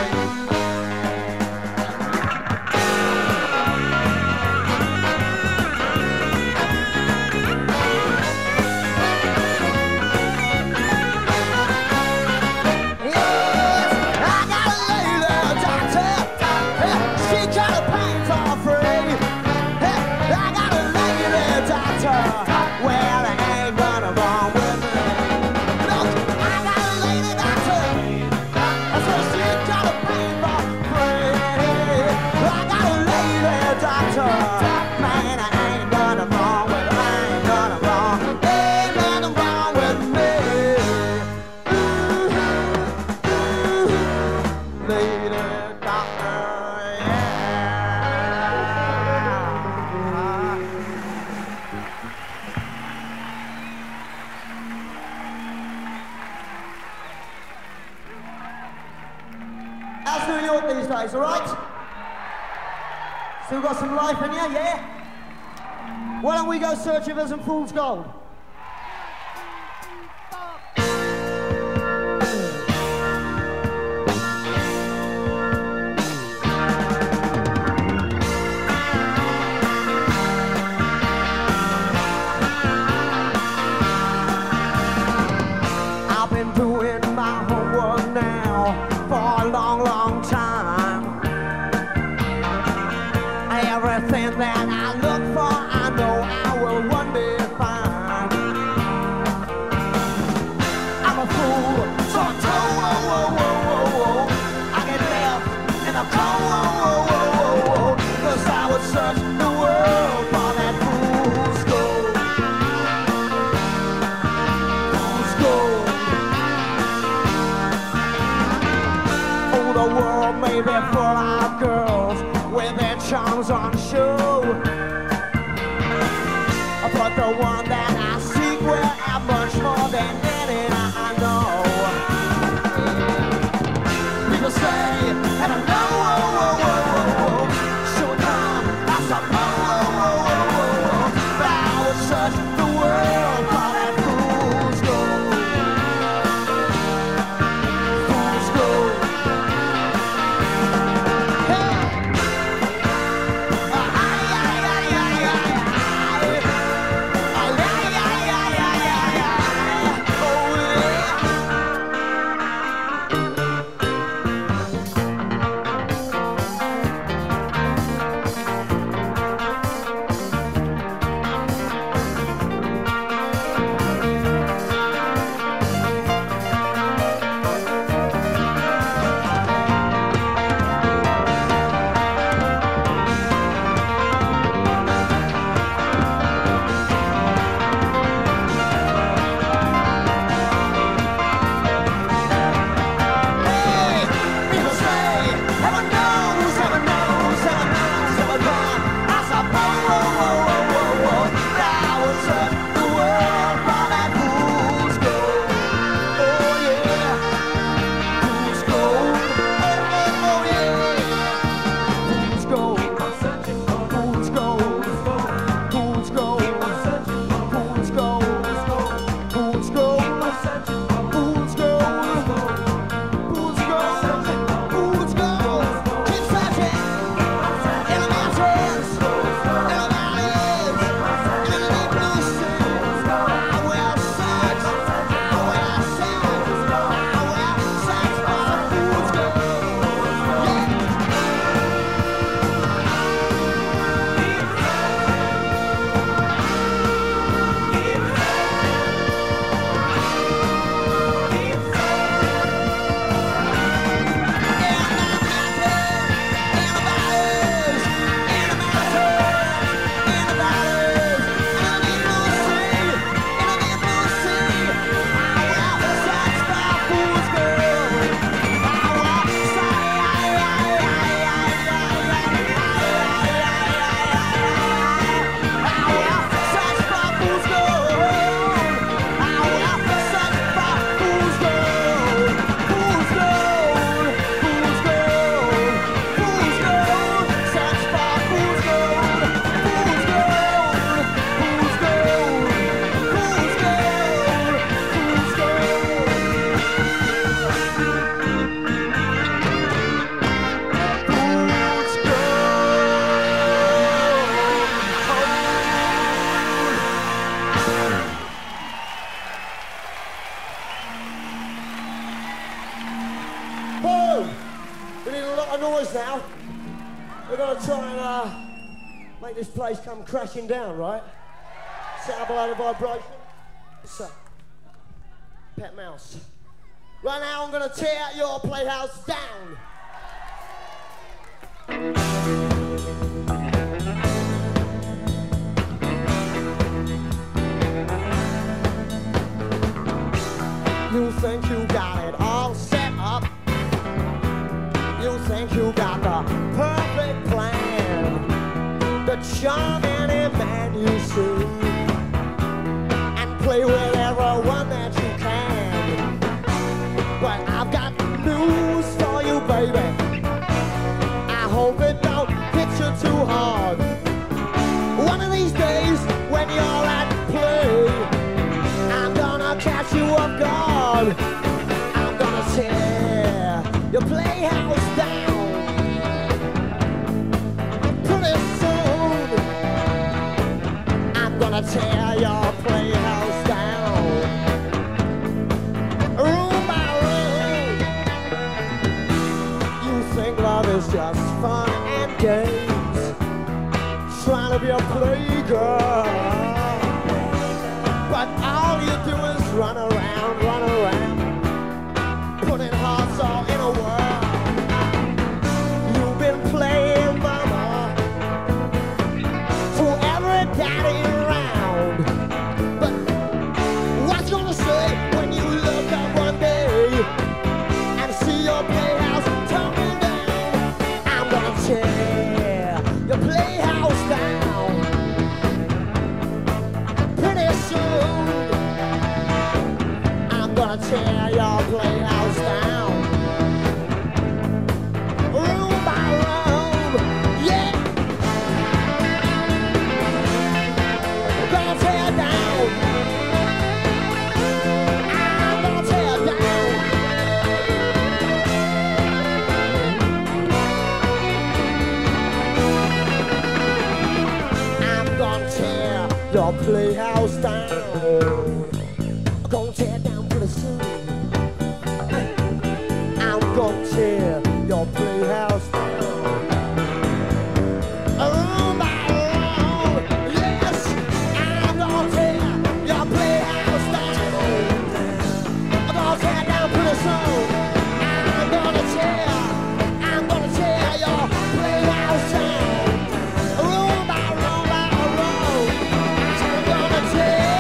Speaker 2: How's New York these days, alright? Still got some life in you, yeah? Why don't we go searching for some fool's gold? I've been doing my homework now for a long, long time. baby full of girls with their charms on show. But the one that I seek will have much more than any I know. People say, and I know, sure come, I suppose, but I would search the world for that fool's gold. Fool's gold. Hey! Now we're going to try and make this place come crashing down, right? Set up a load of vibration. So, Pet Mouse. Right now I'm going to tear your playhouse down. You think you got it all set up. You think you got the perfect plan to charm any man you see and play with everyone that you can. But I've got news for you, baby. I hope it don't hit you too hard. One of these days when you're at play, I'm gonna catch you off guard. I'm gonna tear your playhouse down. Pretty soon I'm gonna tear your playhouse down. Room by room. You think love is just fun and games, trying to be a playgirl, but all you do is run around, putting hearts all in a whirl. You've been playing mama to every daddy around, but what's gonna say when you look up one day and see your playhouse tumbling down? gonna tear your playhouse down. Room by room, yeah. Gonna tear down. I'm gonna tear down. I'm gonna tear your playhouse down. I'm gonna tear down pretty soon. I'm gonna tear your playhouse down. Room by room, yes. I'm gonna tear your playhouse down. I'm gonna tear down pretty soon. I'm gonna tear your playhouse down. Room by room by room. I'm gonna tear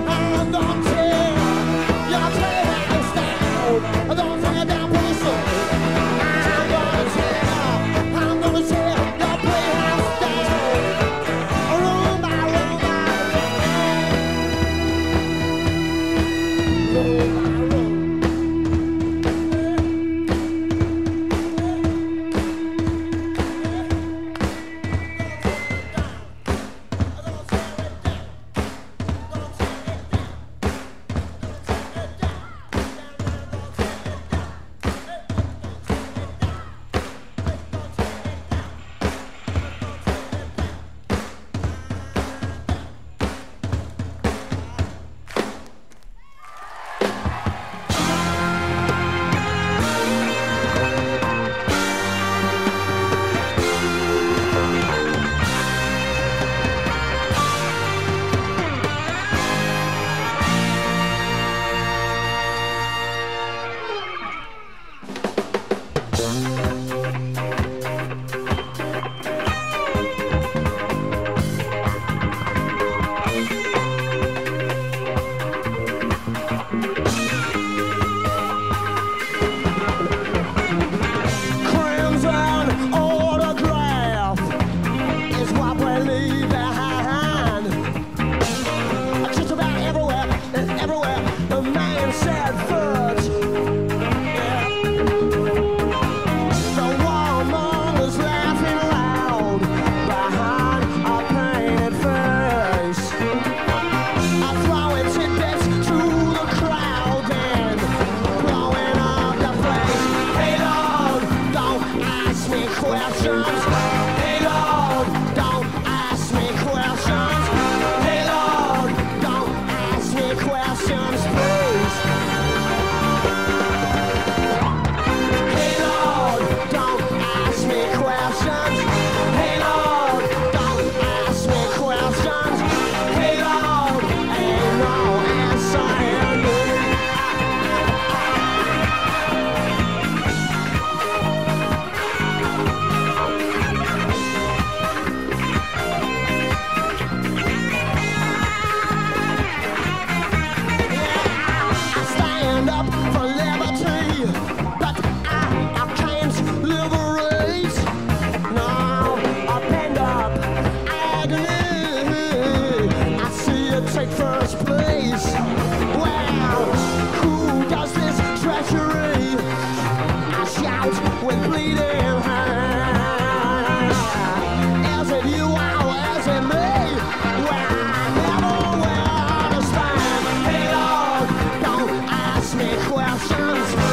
Speaker 2: your playhouse down. I'm gonna tear down pretty soon. I'm gonna tear your playhouse down. Room by room by room. Room by room. Crimson autograph is what we leave behind. Just about everywhere, a man said foot. Yeah. The warmongers laughing loud behind a painted face. Throwing tidbits to the crowd and blowing up the place. Hey Lord, don't ask me questions. Hey Lord, don't ask me questions. Hey Lord, don't ask me questions, please. Hey Lord, don't ask me questions. Hey Lord, don't ask me questions. Hey Lord, ain't no answer in me. I stand up for liberty, but I can't liberate. No, I bend up agony. I see it take first place. Well, who does this treachery? I shout with bleeding hands. Is it you or is it me? Well, I never will understand. Hey Lord, don't ask me questions.